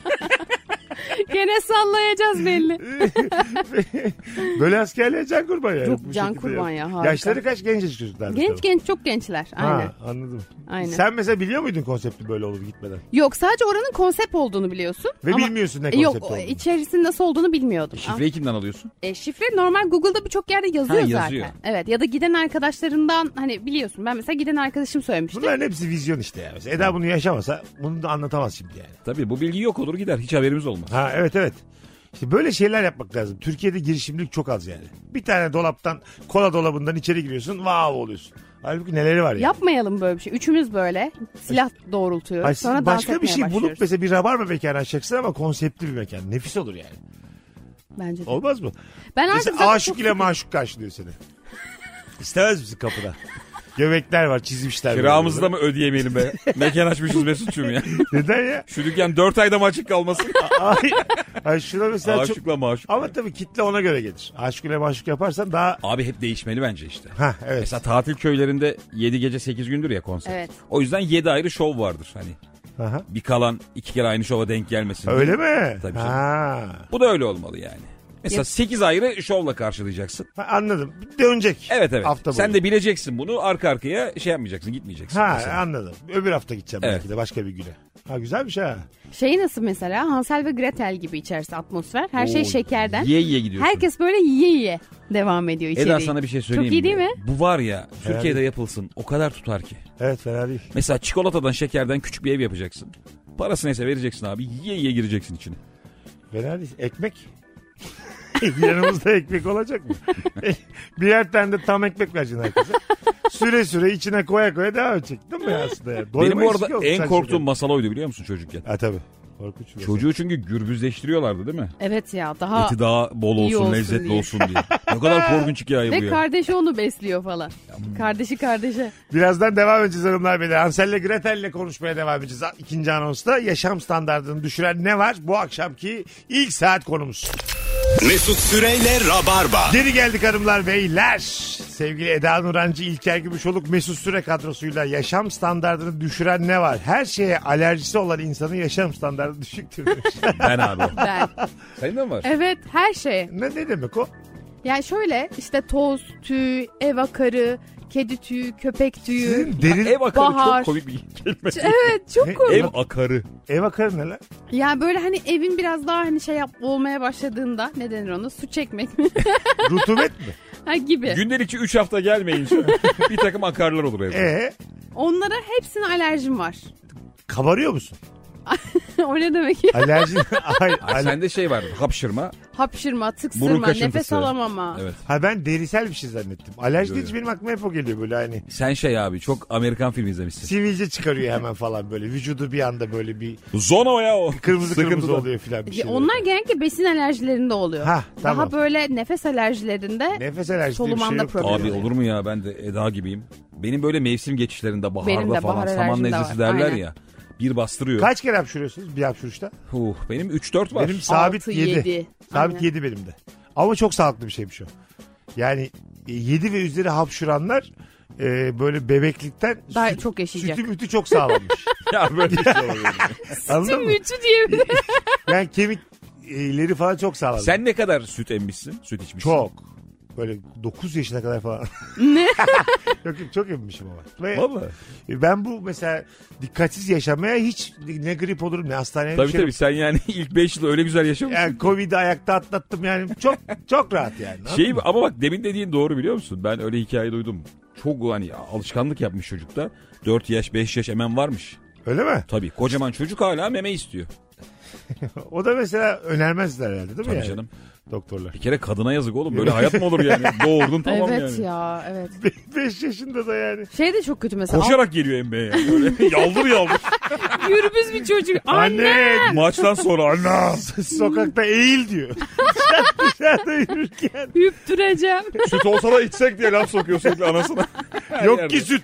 Gene sallayacağız belli. Böyle askerliğe can kurban yani. Çok Bu can şekilde kurban yap- ya, harika. Yaşları kaç gencecik çocuklar? Genç genç çok gençler. Aynen. Ha, anladım. Aynen. Sen mesela biliyor muydun konsepti böyle olur gitmeden? Yok sadece oranın konsept olduğunu biliyorsun. Ve ama- bilmiyorsun ne E, konsept Yok olduğunu. içerisinde nasıl olduğunu bilmiyordum. Şifreyi kimden alıyorsun? E, şifre normal Google'da birçok yerde yazıyor, Ha, yazıyor. zaten. Evet ya da giden arkadaşlarından hani biliyorsun ben mesela giden arkadaşım söylemişti. Bunların hepsi vizyon işte ya. Mesela Eda bunu yaşamasa bunu da anlatamaz şimdi yani. Tabii bu bilgi yok olur gider. Hiç haberimiz olmaz. Ha evet evet. İşte böyle şeyler yapmak lazım. Türkiye'de girişimcilik çok az yani. Bir tane dolaptan, kola dolabından içeri giriyorsun, wow oluyorsun. Halbuki neleri var ya. Yapmayalım böyle bir şey. Üçümüz böyle silah doğrultuyoruz. Ay, Sonra dans başka bir etmeye şey bulup başlıyoruz. mesela bir rabarba mekanı açacaksın ama konseptli bir mekan. Nefis olur yani. Bence de. Olmaz mı? Ben artık Mesela zaten aşık çok- ile maşuk karşılıyor seni. İstemez misin kapıda? Göbekler var, çizmişler. Kiramızı da böyle. mı ödeyemeyelim be? Mekan açmışız Mesut'cum ya. Neden ya? Şu dükkan dört ayda mı açık kalmasın? Ay, ay şuna mesela çok... Aşıkla maşuk. Ama tabii kitle ona göre gelir. Aşık ile maşuk yaparsan daha... Abi hep değişmeli bence işte. Ha evet. Mesela tatil köylerinde yedi gece sekiz gündür ya konser. Evet. O yüzden yedi ayrı şov vardır hani. Aha. Bir kalan iki kere aynı şova denk gelmesin. Öyle mi? Tabii canım. Ha. Bu da öyle olmalı yani. Mesela Yap- sekiz ayrı şovla karşılayacaksın. Ha, anladım. Dönecek. Evet evet. Hafta Sen boyu. de bileceksin bunu arka arkaya şey yapmayacaksın gitmeyeceksin. Ha mesela. anladım. Öbür hafta gideceğim Evet. belki de başka bir güne. Ha güzelmiş ha. Şey nasıl mesela Hansel ve Gretel gibi içerisi atmosfer. Her şey Oo, şekerden. Yiye yiye gidiyorsun. Herkes böyle yiye yiye devam ediyor içeriği. Eda sana bir şey söyleyeyim Çok iyi değil mi? Bu var ya Türkiye'de yapılsın o kadar tutar ki. Evet fena değil. Mesela çikolatadan şekerden küçük bir ev yapacaksın. Parası neyse vereceksin abi yiye yiye gireceksin içine. Fena değil. Ekmek. Yanımızda ekmek olacak mı? Birer tane de tam ekmek vereceksin herkese. Süre süre içine koya koya devam edecek değil mi aslında? Yani? Benim bu arada Doyma en korktuğum şey. masal oydu biliyor musun çocukken? Ha tabii. Korkunç. Çocuğu çünkü gürbüzleştiriyorlardı değil mi? Evet ya daha Eti daha bol iyi olsun, olsun lezzetli diye. olsun diye. Ne kadar korkunç hikaye bu ve ya. kardeşi onu besliyor falan. Kardeşi kardeşe. Birazdan devam edeceğiz hanımlar beyler. Hansel'le Gretel'le konuşmaya devam edeceğiz. İkinci anonsta yaşam standartını düşüren ne var? Bu akşamki ilk saat konumuz. Mesut Süreyle Rabarba. Geri geldik hanımlar beyler. Sevgili Eda Nurancı, İlker Gümüşoluk, Mesut Süre kadrosuyla yaşam standartını düşüren ne var? Her şeye alerjisi olan insanın yaşam standartı düşüktür demiş. Ben abi. Ben. Senin de mi var? Evet her şey. ne, ne demek o? Yani şöyle işte toz, tüy, ev akarı, kedi tüyü, köpek tüyü. Sizin derin Ev akarı Bahar. çok komik bir kelime. Evet çok Ne? komik. Ev akarı. ev akarı neler? Yani böyle hani evin biraz daha hani şey yap olmaya başladığında ne denir ona? Su çekmek mi? Rutubet mi? ha gibi. Gündelikçi üç hafta gelmeyince bir takım akarlar olur evde. Ee, Onlara hepsine alerjim var. kabarıyor musun? o ne demek? Alerji. Ay, Ay, ale- sende şey var, hapşırma. Hapşırma, Burun tıksırma, kaşıntısı. nefes alamama. Evet. Ha ben derisel bir şey zannettim. Alerji Yo, deyince yo. benim aklıma hep o geliyor böyle hani. Sen şey abi çok Amerikan filmi izlemişsin. Sivilce çıkarıyor hemen falan böyle. Vücudu bir anda böyle bir Zona o ya o. kırmızı kırmızı Sıkıntılı. oluyor filan bir şey. Onlar genellikle besin alerjilerinde oluyor. Ha, tamam. Daha böyle nefes alerjilerinde Nefes alerjisi diye bir şey solumanda yok. problem. Abi olur mu ya, ben de Eda gibiyim. Benim böyle mevsim geçişlerinde baharda Benim de falan bahar saman alerjim de nezlesi var, derler aynen. ya. Bir bastırıyor. Kaç kere hapşırıyorsunuz bir hapşuruşta? Huh, benim üç dört var. Benim sabit Altı, yedi. yedi. Sabit Aynen. yedi benim de. Ama çok sağlıklı bir şeymiş o. Yani yedi ve üzeri hapşuranlar e, böyle bebeklikten Daha süt- çok yaşayacak. sütü mütü çok sağlammış. Ya böyle bir şey oluyor. Anladın mı? Mütü diye bir Yani kemikleri falan çok sağlam. Sen ne kadar süt emmişsin? Süt içmişsin. Çok. Böyle dokuz yaşına kadar falan. Ne? yok yok çok emmişim ama. Ve Vallahi. ben bu mesela dikkatsiz yaşamaya hiç ne grip olurum ne hastaneye Tabii bir şey tabii, sen yani ilk beş yıl öyle güzel yaşamışsın. Yani Covid'i ayakta atlattım yani çok çok rahat yani. Anladın Şey mı? ama bak demin dediğin doğru biliyor musun? Ben öyle hikaye duydum. Çok hani alışkanlık yapmış çocukta. dört yaş beş yaş emen varmış. Öyle mi? Tabii kocaman çocuk hala meme istiyor. O da mesela önermezler herhalde değil mi Tabii yani? canım. Doktorlar. Bir kere kadına yazık oğlum. Böyle hayat mı olur yani? Doğurdun tamam evet yani. ya evet. beş yaşında da yani. Şey de çok kötü mesela. Koşarak geliyor Emre'ye yani. Böyle yaldır yaldır. Al- Gürbüz bir çocuk. Anne. Maçtan sonra anne. Sokakta eğil diyor. Dışarıda yürürken. Hüptüreceğim. Süt olsa da içsek diye laf sokuyor sürekli anasına. Her Yok yerde. ki süt.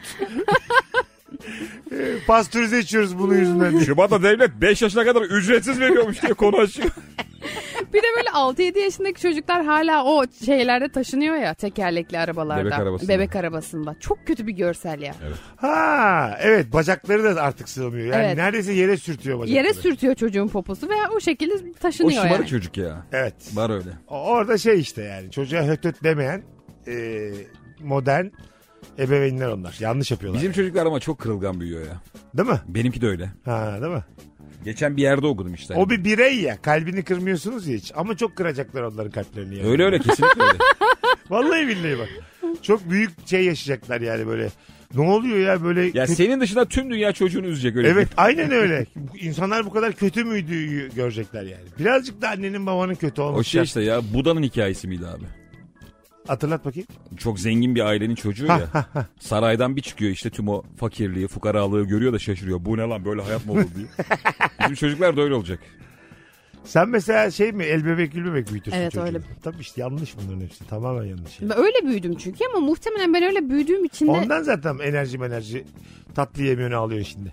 E, Pastörize içiyoruz bunun yüzünden diye. Şubat'ta devlet beş yaşına kadar ücretsiz veriyormuş diye konu açıyor. Bir de böyle altı yedi yaşındaki çocuklar hala o şeylerde taşınıyor ya tekerlekli arabalarda. Bebek arabasında. Bebek arabasında. Çok kötü bir görsel ya. Ha evet bacakları da artık sığmıyor. Yani Evet. neredeyse yere sürtüyor bacakları. Yere sürtüyor çocuğun poposu veya o şekilde O taşınıyor şımarık yani. çocuk ya. Evet. Var öyle. O- Orada şey işte yani çocuğa höt höt demeyen e, modern ebeveynler onlar. Yanlış yapıyorlar. Bizim çocuklar ama çok kırılgan büyüyor ya. Değil mi? Benimki de öyle. Ha değil mi? Geçen bir yerde okudum işte. O bir birey ya. Kalbini kırmıyorsunuz ya hiç. Ama çok kıracaklar onların kalplerini. Yani. Öyle öyle kesinlikle öyle. Vallahi billahi bak. Çok büyük şey yaşayacaklar yani böyle. Ne oluyor ya böyle. Ya kötü- senin dışında tüm dünya çocuğunu üzecek öyle. Evet aynen öyle. İnsanlar bu kadar kötü müydü görecekler yani. Birazcık da annenin babanın kötü O olması. şey işte ya Buda'nın hikayesi miydi abi? Hatırlat bakayım. Çok zengin bir ailenin çocuğu ya. Saraydan bir çıkıyor işte tüm o fakirliği, fukaralığı görüyor da şaşırıyor. Bu ne lan, böyle hayat mı olur diye. Bizim çocuklar da öyle olacak. Sen mesela şey mi el bebek gül bebek büyütürsün Evet, çocuğu. öyle. Tabii işte yanlış bunların hepsi. Tamamen yanlış. Yani. Ben öyle büyüdüm çünkü ama muhtemelen ben öyle büyüdüğüm için de Ondan zaten enerji enerji tatlı yemiyorunu alıyorsun şimdi.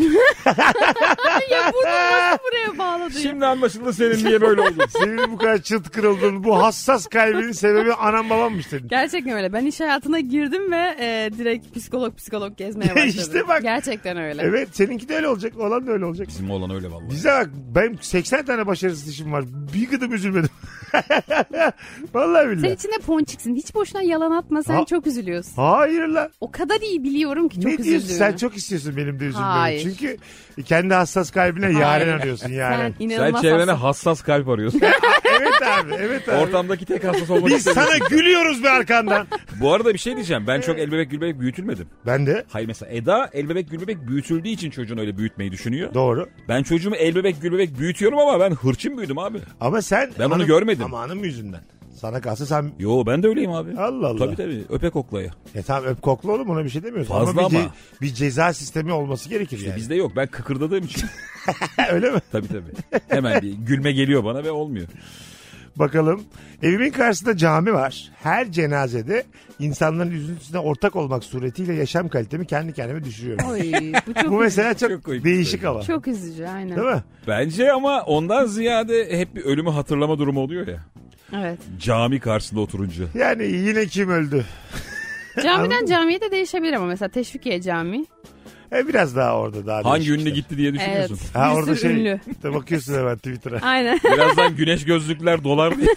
ya bunu nasıl buraya bağladı ya? Şimdi anlaşıldı senin niye böyle oldun. Senin bu kadar çıt kırıldığın bu hassas kalbinin sebebi anam babammış senin. Gerçekten öyle. Ben iş hayatına girdim ve e, direkt psikolog psikolog gezmeye başladım. İşte bak. Gerçekten öyle. Evet seninki de öyle olacak. Olan da öyle olacak. Bizim olan öyle vallahi. Bize bak benim seksen tane başarısız işim var. Bir gıdım üzülmedim. Vallahi Sen billahi. içinde ponçiksin. Hiç boşuna yalan atma. Sen Ha- çok üzülüyorsun. Hayır lan. O kadar iyi biliyorum ki çok Ne diyorsun? üzüldüğünü. Sen çok istiyorsun benim de üzülmemi. Hayır. Çünkü kendi hassas kalbine Hayır. yaren arıyorsun yaren. Sen Sen inanılmaz çevrene hassas. hassas kalp arıyorsun. Evet abi evet abi. Ortamdaki tek hassas olmak Biz istemiyorsun. sana gülüyoruz be arkandan. Bu arada bir şey diyeceğim. Ben çok el bebek gül bebek büyütülmedim. Ben de. Hayır mesela Eda el bebek gül bebek büyütüldüğü için çocuğunu öyle büyütmeyi düşünüyor. Doğru. Ben çocuğumu el bebek gül bebek büyütüyorum ama ben hırçın büyüdüm abi. Ama sen... Ben onu hanım- görmedim. Ama hanım yüzünden. Sana kalsa sen... Yo ben de öyleyim abi. Allah Allah. Tabii tabii öpe koklaya. E tamam öp kokla oğlum, ona bir şey demiyoruz. Fazla ama. Bir, ama. ce- bir ceza sistemi olması gerekir İşte yani. bizde yok, ben kıkırdadığım için. Öyle mi? Tabii tabii. Hemen bir gülme geliyor bana ve olmuyor. Bakalım. Evimin karşısında cami var. Her cenazede insanların üzüntüsüne ortak olmak suretiyle yaşam kalitemi kendi kendime düşürüyorum. Oy, bu çok Bu mesela çok, Çok komik değişik bir ama. Çok üzücü aynen. Değil mi? Bence ama ondan ziyade hep bir ölümü hatırlama durumu oluyor ya. Evet. Cami karşısında oturunca. Yani yine kim öldü? Camiden camiye de değişebilir ama mesela Teşvikiye Camii. E biraz daha orada daha Hangi değişik ünlü işte. gitti diye düşünüyorsun. Evet. Ha Bir orada sürü şey. ünlü. De bakıyorsun hemen Twitter'a. Aynen. Birazdan güneş gözlükler dolar diye.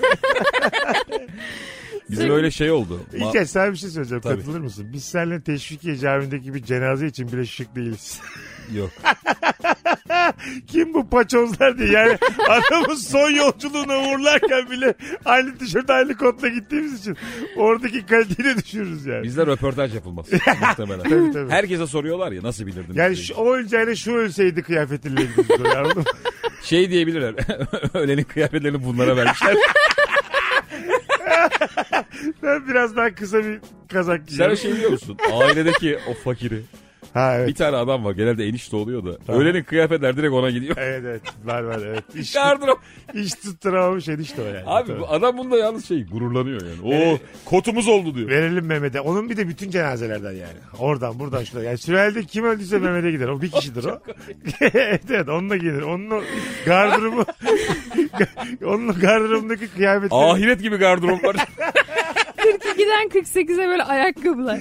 Bizim öyle şey oldu. Ma- İlker sana bir şey söyleyeceğim. Tabii. Katılır mısın? Biz seninle Teşvikiye Camii'ndeki bir cenaze için bile şık değiliz. Yok. Kim bu paçozlar diye. Yani adamın son yolculuğuna uğurlarken bile aynı tişört aynı kotla gittiğimiz için oradaki kaliteyi de düşürürüz yani. Bizde röportaj yapılmaz. Muhtemelen. Tabii, tabii. Herkese soruyorlar ya nasıl bilirdin? Yani diye. şu, o öleceğine şu ölseydi kıyafetiyle gidiyoruz. Anladın mı? Şey diyebilirler. Ölenin kıyafetlerini bunlara vermişler. Ben biraz daha kısa bir kazak Sen giyiyorum. şey biliyor musun? Ailedeki o fakiri. Ha evet. Bir tane adam var. Genelde enişte oluyor da. Tamam. Ölenin kıyafetler direkt ona gidiyor. Evet evet var var evet. İş, Gardırop. iş tutturamamış enişte o yani. Abi Tabii. bu adam bunda yalnız şey gururlanıyor yani. Oo Evet. kotumuz oldu diyor. Verelim Mehmet'e. Onun bir de bütün cenazelerden yani. Oradan buradan şuradan. Yani sürelde kim öldüyse Mehmet'e gider. O bir kişidir o. Evet evet onunla gelir. Onun o gardırobu onun gardırobundaki kıyafetleri. Ahiret gibi gardırop var. kırk ikiden kırk sekize böyle ayakkabılar.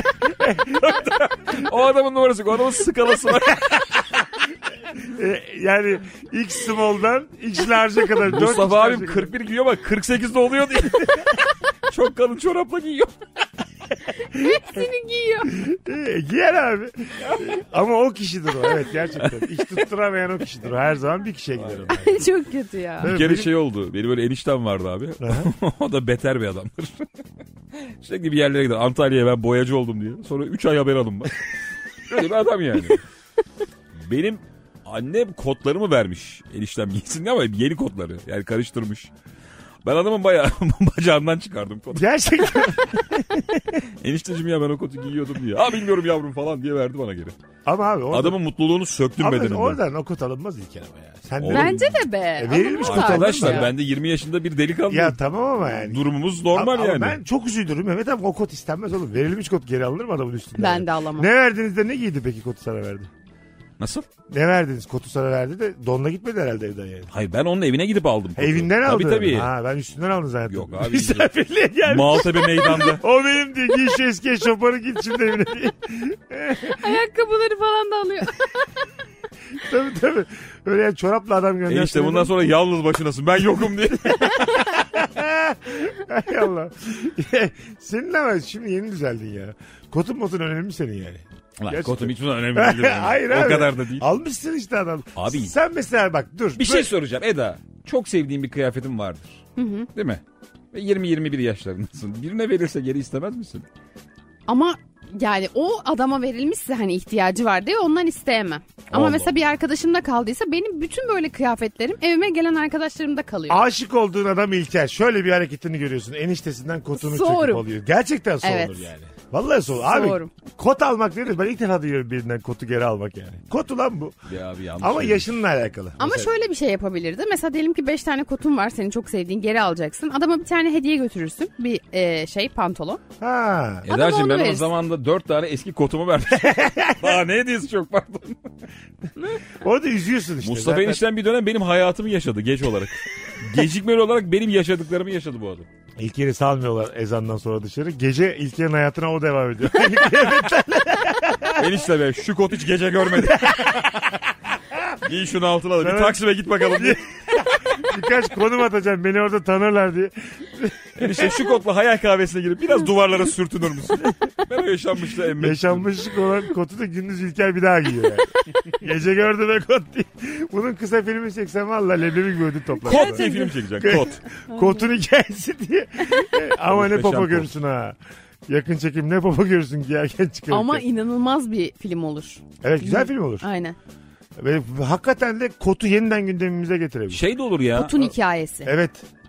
O adamın numarası. O adamın skalası var. E, yani X small'dan X large'a kadar. dört Mustafa X abim large'a kırk bir giyiyor bak kırk sekizde oluyor diye. Çok kalın çorapla giyiyor. Seni giyiyor. kadar. E, giyer abi. E, ama o kişidir o. Evet gerçekten. İş tutturamayan o kişidir o. Her zaman bir kişiye gider o. Çok kötü ya. Bir kere şey oldu. Benim böyle eniştem vardı abi. O da beter bir adamdır. Sürekli bir yerlere gider. Antalya'ya ben boyacı oldum diye. Sonra üç ay haber alınmaz. Öyle bir adam yani. Benim annem kotlarımı vermiş eniştem giysin diye ama yeni kotları. Yani karıştırmış. Ben adamın bayağı bacağından çıkardım kotu. Gerçekten. Enişteciğim ya ben o kotu giyiyordum diye. Ha bilmiyorum yavrum falan diye verdi bana geri. Ama abi orada, Adamın mutluluğunu söktüm ama bedenimden. oradan o kot alınmaz ilk kere ama ya. Sen Oğlum, Bence de be. E, verilmiş Alınmaz Arkadaşlar ya. ben de yirmi yaşında bir delikanlı. ya tamam ama yani. Durumumuz normal ama, yani. Ama ben çok üzülürüm. Mehmet abi o kot istenmez oğlum. Verilmiş kot geri alınır mı adamın üstünden? Ben de alamam. Ne verdiniz de ne giydi peki kotu sana verdi? Nasıl? Ne verdiniz kotu sana verdi de donla gitmedi herhalde evden yani. Hayır ben onun evine gidip aldım. kotu. Evinden aldın. Tabii tabii. Ha ben üstünden aldım zaten. Yok abi. Misafirliğe gelmiş. Maltepe meydanda. O benim diye giy şu eski eşofmanı git şimdi evine diye. Ayakkabıları falan da alıyor. tabii tabii. Öyle yani çorapla adam göndersin. Enişte bundan sonra yalnız başınasın. Ben yokum diye. Hay Allah. Senin ama şimdi yeni düzeldin ya. Kotun motun önemli mi senin yani? Lan Gerçekten. kotum hiç önemli değil. Yani. Hayır o abi. kadar da değil. Almışsın işte adam. Abi. Sen mesela bak dur. Bir şey soracağım Eda. Çok sevdiğin bir kıyafetin vardır. Hı hı. Değil mi? Ve yirmi yirmi bir yaşlarındasın. Birine verirse geri istemez misin? Ama yani o adama verilmişse hani ihtiyacı var diye ondan isteyemem. Ama Allah mesela bir arkadaşımda kaldıysa benim bütün böyle kıyafetlerim evime gelen arkadaşlarımda kalıyor. Aşık olduğun adam İlker. Şöyle bir hareketini görüyorsun. Eniştesinden kotunu Soğurum. çekip alıyor. Gerçekten soğunur Evet. yani. Vallahi soğur. Abi Soğurum. kot almak nedir? Ben ilk defa duyuyorum birinden kotu geri almak yani. Kot ulan bu. Ya abi yanlış. Ama söylemiş. yaşınla alakalı. Ama Mesela- şöyle bir şey yapabilirdi. Mesela diyelim ki beş tane kotun var senin çok sevdiğin geri alacaksın. Adama bir tane hediye götürürsün. Bir e, şey pantolon. Ha. Adama Eda'cığım onu ben o verirsin. zamanda dört tane eski kotumu verdim. Daha ne hediyesi çok pardon. Orada üzüyorsun işte. Mustafa Zaten enişten bir dönem benim hayatımı yaşadı geç olarak. Gecikmeli olarak benim yaşadıklarımı yaşadı bu adam. İlker'i salmıyorlar ezandan sonra dışarı. Gece İlker'in hayatına o devam ediyor. Enişte be şu kot hiç gece görmedi. Giy şunu altına da bir Evet. Taksim'e git bakalım diye. Birkaç konum atacağım beni orada tanırlar diye. Enişte şu kotla hayal kahvesine girip biraz duvarlara sürtünür müsün? Ben o yaşanmışla emmek istiyorum. Yaşanmışlık olan kotu da gündüz İlker bir daha giyiyor yani. Gece gördü be kot diye. Bunun kısa filmi çeksen valla leblebi gibi ödül toplar. Kot diye film çekeceksin kot. Kotun hikayesi diye. Ama ne Muhteşem popo kot. görürsün ha. Yakın çekim ne popo görürsün giyerken çıkarırken. Ama inanılmaz bir film olur. Evet güzel film olur. Aynen. Ve hakikaten de kotu yeniden gündemimize getirebilir. Şey de olur ya. Kotun hikayesi. Evet.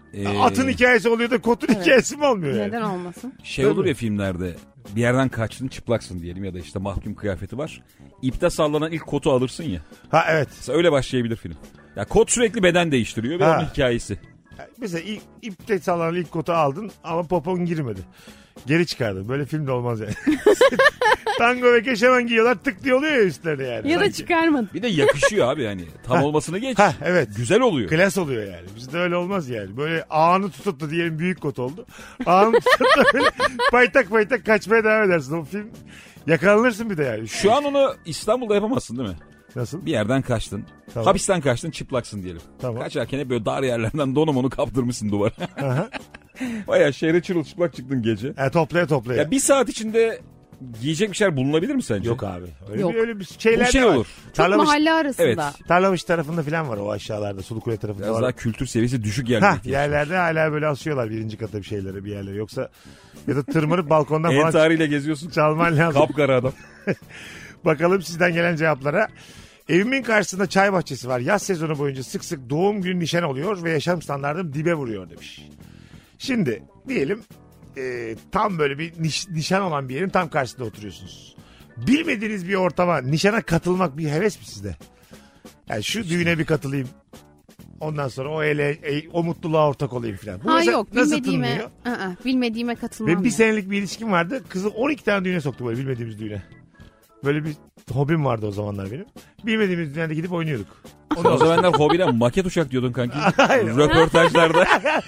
Ee, Atın hikayesi oluyor da kotun Evet. hikayesi mi olmuyor yani? Neden olmasın? Şey olur ya filmlerde, bir yerden kaçtın çıplaksın diyelim ya da işte mahkum kıyafeti var. İpte sallanan ilk kotu alırsın ya. Ha evet. Mesela öyle başlayabilir film. Ya kot sürekli beden değiştiriyor ve Ha. onun hikayesi. Mesela ilk, ipte sallanan ilk kotu aldın ama popon girmedi. Geri çıkardın. Böyle film de olmaz yani. Tango ve keşemen giyiyorlar, tık diye oluyor ya üstlerine yani. Ya da Sanki. çıkarmadın. Bir de yakışıyor abi yani. Tam olmasını geç. Ha evet. Güzel oluyor. Klas oluyor yani. Bizde öyle olmaz yani. Böyle ağını tutup da diyelim büyük kot oldu. Ağını tutup da böyle paytak paytak kaçmaya devam edersin. O film yakalanırsın bir de yani. Şu an onu İstanbul'da yapamazsın değil mi? Nasıl? Bir yerden kaçtın. Tamam. Hapisten kaçtın, çıplaksın diyelim. Tamam. Kaçarken hep böyle dar yerlerden donumunu kaptırmışsın duvara. Aha. Baya şehre çırılçıplak çıktın gece. Yani toplaya toplaya. Ya bir saat içinde giyecek bir şeyler bulunabilir mi sence? Yok abi. Öyle Yok. bir, öyle bir şeyler Bu şey de var. olur. Çok Tarlamış, mahalle arasında. Evet. Tarlamış tarafında falan var o aşağılarda. Sulukule tarafında Biraz var. daha kültür seviyesi düşük yerlerde. Hah, yerlerde hala böyle asıyorlar birinci kata bir şeyleri bir yerlere. Yoksa ya da tırmanıp balkondan falan Entariyle geziyorsun. çalman lazım. Kapkara adam. Bakalım sizden gelen cevaplara. Evimin karşısında çay bahçesi var. Yaz sezonu boyunca sık sık doğum günü nişan oluyor ve yaşam standartım dibe vuruyor demiş. Şimdi diyelim e, tam böyle bir niş, nişan olan bir yerin tam karşısında oturuyorsunuz. Bilmediğiniz bir ortama nişana katılmak bir heves mi sizde? Yani şu düğüne bir katılayım. Ondan sonra o ele e, o mutluluğa ortak olayım falan. Bu Ha mesela yok nasıl bilmediğime, tınlıyor? ı-ı, bilmediğime katılmam. Benim bir ya. senelik bir ilişkim vardı. Kızı on iki tane düğüne soktu böyle bilmediğimiz düğüne. Böyle bir hobim vardı o zamanlar benim. Bilmediğimiz düğünde gidip oynuyorduk. O zamanlar hobine maket uçak diyordun kanki. Hayır. Röportajlarda.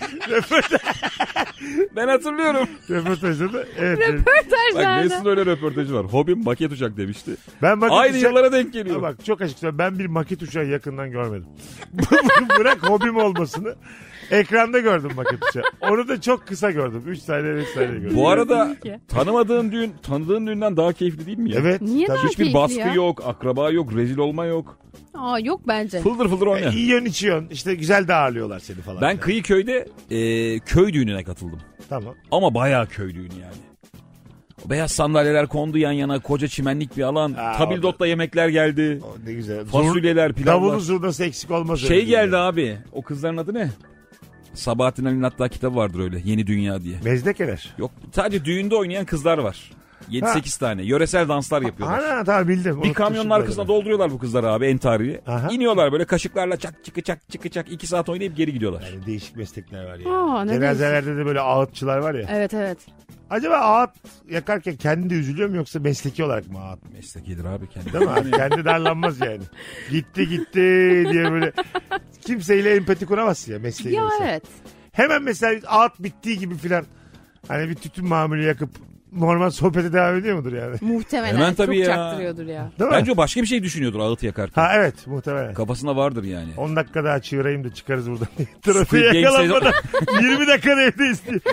Ben hatırlıyorum. Röportajda da evet. Bak Röportajlarda. Mesut'un öyle röportajı var. Hobim maket uçak demişti. Ben maket Aynı uçak- yıllara denk geliyor. Ha bak çok açık söyleyeyim. Ben bir maket uçağı yakından görmedim. Bırak hobim olmasını. Ekranda gördüm maket uçağı. Onu da çok kısa gördüm. üç saniye beş saniye gördüm. Bu arada Ki. tanımadığın düğün, tanıdığın düğünden daha keyifli değil mi ya? Evet. Niye tabii. daha Hiçbir keyifli baskı ya? yok, akraba yok, rezil olma yok. Aa yok bence. Fıldır fıldır oyna. E, yiyorsun içiyorsun. İşte güzel de ağırlıyorlar seni falan. Ben Yani. Kıyıköy'de e, köy düğününe katıldım. Tamam. Ama bayağı köy düğünü yani. O beyaz sandalyeler kondu yan yana, koca çimenlik bir alan. Aa, Tabildot'la yemekler geldi. O ne güzel. Fasulyeler, pilavlar. Davulu zurnası eksik olmaz. Şey öyle geldi yani. abi. O kızların adı ne? Sabahattin Ali'nin hatta kitabı vardır öyle. Yeni Dünya diye. Mezdekeler. Yok sadece düğünde oynayan kızlar var. yedi sekiz tane. Yöresel danslar yapıyorlar. Ana tamam bildim. Bir Unuttum kamyonun şimdi arkasına adını. dolduruyorlar bu kızları abi entariyi. Aha. İniyorlar böyle kaşıklarla çak çıkı çak çıkı çak. iki saat oynayıp geri gidiyorlar. Yani değişik meslekler var ya. Aa, ne Cenazelerde de böyle ağıtçılar var ya. Evet evet. Acaba ağıt yakarken kendi de üzülüyor mu yoksa mesleki olarak mı ağıt? Meslekidir abi kendi. Değil mi abi? Kendi darlanmaz yani. Gitti gitti diye böyle kimseyle empati kuramazsın ya mesleği. Ya olsa. evet. Hemen mesela ağıt bittiği gibi filan hani bir tütün mamülü yakıp normal sohbete devam ediyor mudur yani? Muhtemelen Hemen tabii çok ya. çaktırıyordur ya. Değil mi? Bence o başka bir şey düşünüyordur ağıt yakarken. Ha evet muhtemelen. Kafasında vardır yani. on dakika daha çığırayım da çıkarız buradan. Squid Trafiğe Game yakalanmadan yirmi dakikada evdeyiz diye.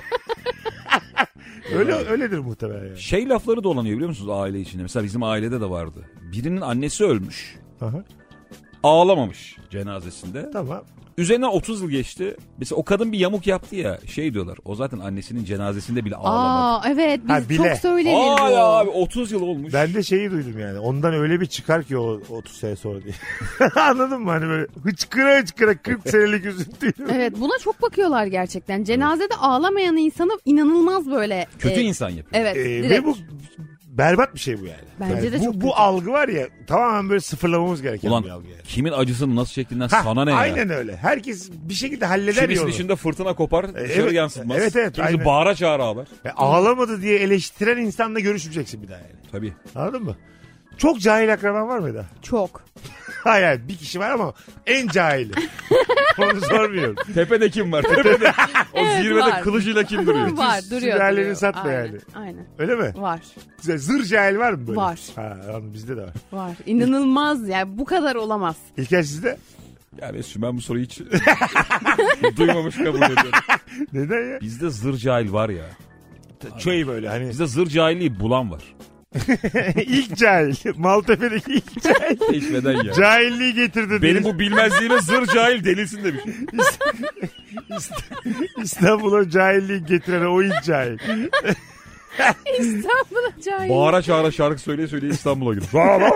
Öyle, öyledir muhtemelen yani. Şey lafları dolanıyor biliyor musunuz aile içinde? Mesela bizim ailede de vardı. Birinin annesi ölmüş. Aha, Ağlamamış cenazesinde. tamam. Üzerinden otuz yıl geçti. Mesela o kadın bir yamuk yaptı ya. Şey diyorlar. O zaten annesinin cenazesinde bile ağlamadı. Aa evet biz Ha, bile. çok söylenir Aa bu. ya abi otuz yıl olmuş. Ben de şeyi duydum yani. Ondan öyle bir çıkar ki o otuz sene sonra diye. Anladın mı? Hani böyle hıçkıra hıçkıra kırk senelik üzüntüyle. Evet buna çok bakıyorlar gerçekten. Cenazede ağlamayan insanı inanılmaz böyle. Kötü e, insan yapıyor. Evet Ee, direkt. ve bu berbat bir şey bu yani. Bence Yani de bu, çok bu kötü. algı var ya tamamen böyle sıfırlamamız gereken Ulan bir algı yani. kimin acısını nasıl çektiğinden Ha, sana ne ya? aynen öyle. Herkes bir şekilde halleder ya Kimisinin onu. içinde fırtına kopar dışarı evet, yansıtmaz. evet, evet, Kimisi aynen. bağıra çağıra ağlar. Ve ağlamadı diye eleştiren insanla görüşmeyeceksin bir daha yani. Tabii. Anladın mı? Çok cahil akraban var mı da? Çok. Hayır hayır, bir kişi var ama en cahili. Onu sormuyorum. Tepede kim var? Tepede. O Evet, zirvede var. kılıcıyla kim duruyor? Var duruyor. sülaleni duruyor. satma Aynen, yani. Aynen. Öyle mi? Var. Güzel. Zır cahil var mı böyle? Var. Ha, anladım, bizde de var. Var. İnanılmaz yani bu kadar olamaz. İlker sizde? Ya Mesut ben bu soruyu hiç duymamış kabul ediyorum. Neden ya? Bizde zır cahil var ya. Şey böyle hani Bizde zır cahilliği bulan var. ilk cahil. Maltepe'deki ilk cahil. Keşfeden ya. Cahilliği getirdi. Benim bu bilmezliğime zır cahil denilsin demiş. İstanbul'a cahilliği getiren o ilk cahil. İstanbul'a cahil. Bağıra çağıra şarkı söyleye söyleye İstanbul'a gidiyor.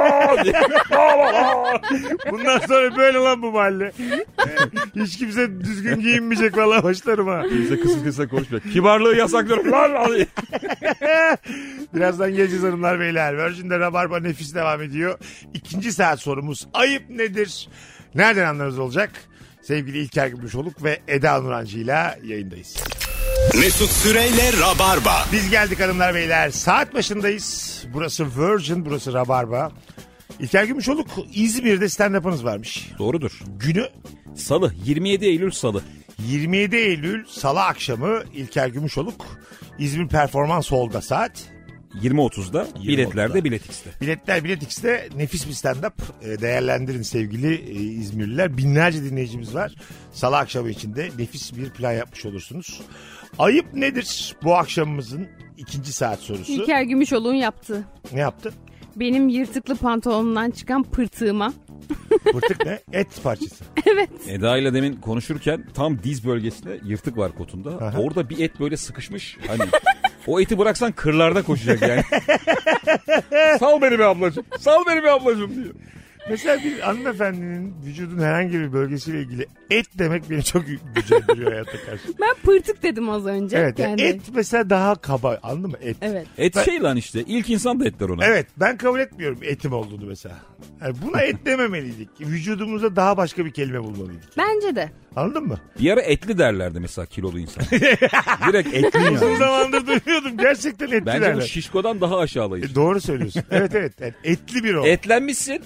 Bundan sonra böyle lan bu mahalle. Hiç kimse düzgün giyinmeyecek vallahi başlarım ha. Kimse kısık kısık konuşmuyor. Kibarlığı yasaklıyorum. Lan Birazdan geleceğiz hanımlar beyler. Virgin'de Rabarba nefis devam ediyor. İkinci saat sorumuz ayıp nedir? Nereden anlarız olacak? Sevgili İlker Gümüşoluk ve Eda Nurancı ile yayındayız. Mesut Süreyle Rabarba. Biz geldik hanımlar beyler. Saat başındayız. Burası Virgin, burası Rabarba. İlker Gümüşoluk, İzmir'de stand-up'ınız varmış. Doğrudur. Günü Salı. yirmi yedi Eylül Salı. yirmi yedi Eylül Salı akşamı İlker Gümüşoluk İzmir Performans Hall'da saat yirmi otuzda. Biletlerde Bilet X'te. Biletler Bilet X'te nefis bir stand-up. Değerlendirin sevgili İzmirliler. Binlerce dinleyicimiz var. Salı akşamı içinde nefis bir plan yapmış olursunuz. Ayıp nedir bu akşamımızın ikinci saat sorusu? İlker Gümüşoluk'un yaptığı. Ne yaptı? Benim yırtıklı pantolonumdan çıkan pırtığıma. Pırtık ne? Et parçası. Evet. Eda ile demin konuşurken tam diz bölgesinde yırtık var kotunda. Aha. Orada bir et böyle sıkışmış. Hani o eti bıraksan kırlarda koşacak yani. Sal beni be ablacığım. Sal beni be ablacığım diyor. Mesela bir hanımefendinin vücudun herhangi bir bölgesiyle ilgili et demek beni çok gücendiriyor hayata karşı. Ben pırtık dedim az önce. Evet yani. et mesela daha kaba, anladın mı? Et. Evet. Et Ben- şey lan işte. İlk insan da etler ona. Evet, ben kabul etmiyorum etim olduğunu mesela. Yani buna et dememeliydik. Vücudumuzda daha başka bir kelime bulmalıydık. Bence de. Anladın mı? Bir ara etli derlerdi mesela kilolu insan. Direkt etli Uzun yani. zamandır duymuyordum. Gerçekten etli Bence bu derler. şişkodan daha aşağılayıcı. E, doğru söylüyorsun. Evet evet. Yani etli bir o. Etlenmişsin.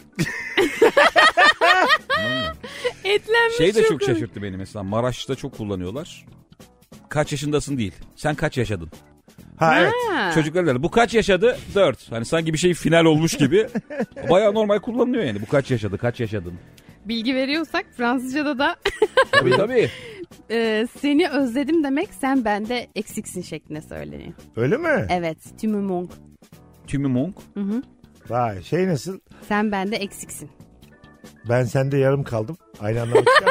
Etlenmiş Şey de çok komik. şaşırttı beni mesela. Maraş'ta çok kullanıyorlar. Kaç yaşındasın değil. Sen kaç yaşadın? Ha evet. Ha. Çocuklar derler. Bu kaç yaşadı? Dört. Hani sanki bir şey final olmuş gibi. Bayağı normal kullanılıyor yani. Bu kaç yaşadı? Kaç yaşadın? Bilgi veriyorsak Fransızca'da da Tabii tabii. e, seni özledim demek sen bende eksiksin şeklinde söyleniyor. Öyle mi? Evet. Tu me manques. Tümü monk. Hı hı. Vay şey nasıl? Sen bende eksiksin. Ben sende yarım kaldım. Aynı anlamda çıkar mı?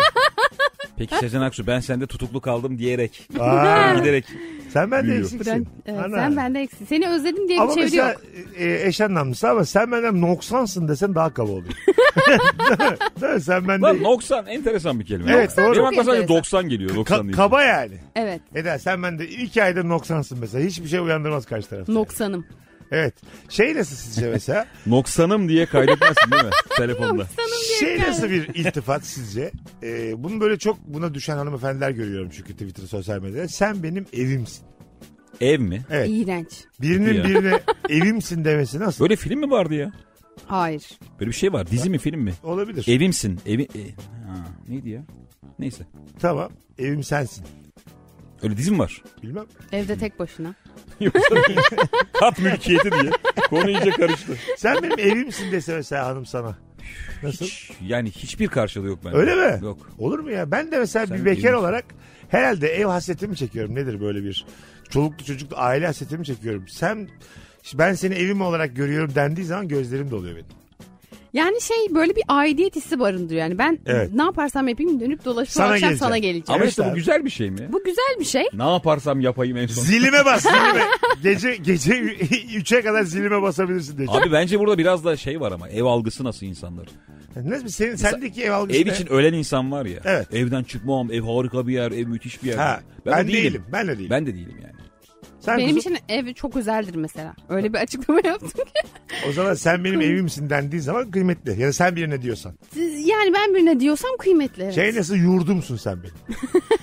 Peki Sezen Aksu ben sende tutuklu kaldım diyerek. Aa, Giderek. sen bende Büyüyor. eksiksin. Ben, evet, Ana. sen bende eksiksin. Seni özledim diye Ama bir çeviri mesela yok. e, eş anlamlısı ama sen benden noksansın desen daha kaba oluyor. Değil mi? Değil mi? Sen bende Lan doksan enteresan bir kelime. Evet, doğru. Benim aklıma sadece enteresan. doksan geliyor. Ka- doksan değil. kaba yani. Evet. Eda sen bende iki aydır noksansın mesela. Hiçbir şey uyandırmaz karşı tarafta. Noksanım. Evet. Şey nasıl sizce mesela? Noksanım diye kaydetmezsin değil mi? Telefonda. Noksanım diye. Şey nasıl bir iltifat sizce? Ee, bunu böyle çok buna düşen hanımefendiler görüyorum çünkü Twitter, sosyal medyada. Sen benim evimsin. Ev mi? Evet. İğrenç. Birinin Ya. birine evimsin demesi nasıl? Böyle film mi vardı ya? Hayır. Böyle bir şey var. Dizi mi film mi? Olabilir. Evimsin. Evi... E... Ha, neydi ya? Neyse. Tamam. Evim sensin. Öyle dizi mi var? Bilmem. Evde tek başına. Yoksa kat mülkiyeti diye. Konu iyice karıştı. Sen benim evimsin dese mesela hanım sana. Nasıl? Hiç, yani hiçbir karşılığı yok bende. Öyle mi? Yok. Olur mu ya? Ben de mesela Sen bir bekar evimsin. olarak herhalde ev hasretimi çekiyorum. Nedir böyle bir çoluklu çocuklu aile hasretimi çekiyorum. Sen ben seni evim olarak görüyorum dendiği zaman gözlerim doluyor benim. Yani şey böyle bir aidiyet hissi barındırıyor. Yani ben Evet. ne yaparsam yapayım dönüp dolaşıp Sana o akşam geleceğim. sana geleceğim. Ama Evet işte abi. bu güzel bir şey mi? Bu güzel bir şey. Ne yaparsam yapayım en son. Zilime bas zilime. Gece gece üçe kadar zilime basabilirsin diye. Abi bence burada biraz da şey var ama ev algısı nasıl insanların? Nasıl senin sendeki ev algısı Ev ne? için ölen insan var ya. Evet. Evden çıkmam, ev harika bir yer, ev müthiş bir yer. Ha, ben, ben de değilim. değilim. Ben de değilim. Ben de değilim yani. Sen Benim kuzum, için ev çok özeldir mesela. Öyle bir açıklama yaptım ki. o zaman sen benim evimsin dendiği zaman kıymetli. Ya da sen birine diyorsan. Yani ben birine diyorsam kıymetli. Evet. Şey nasıl yurdumsun sen benim.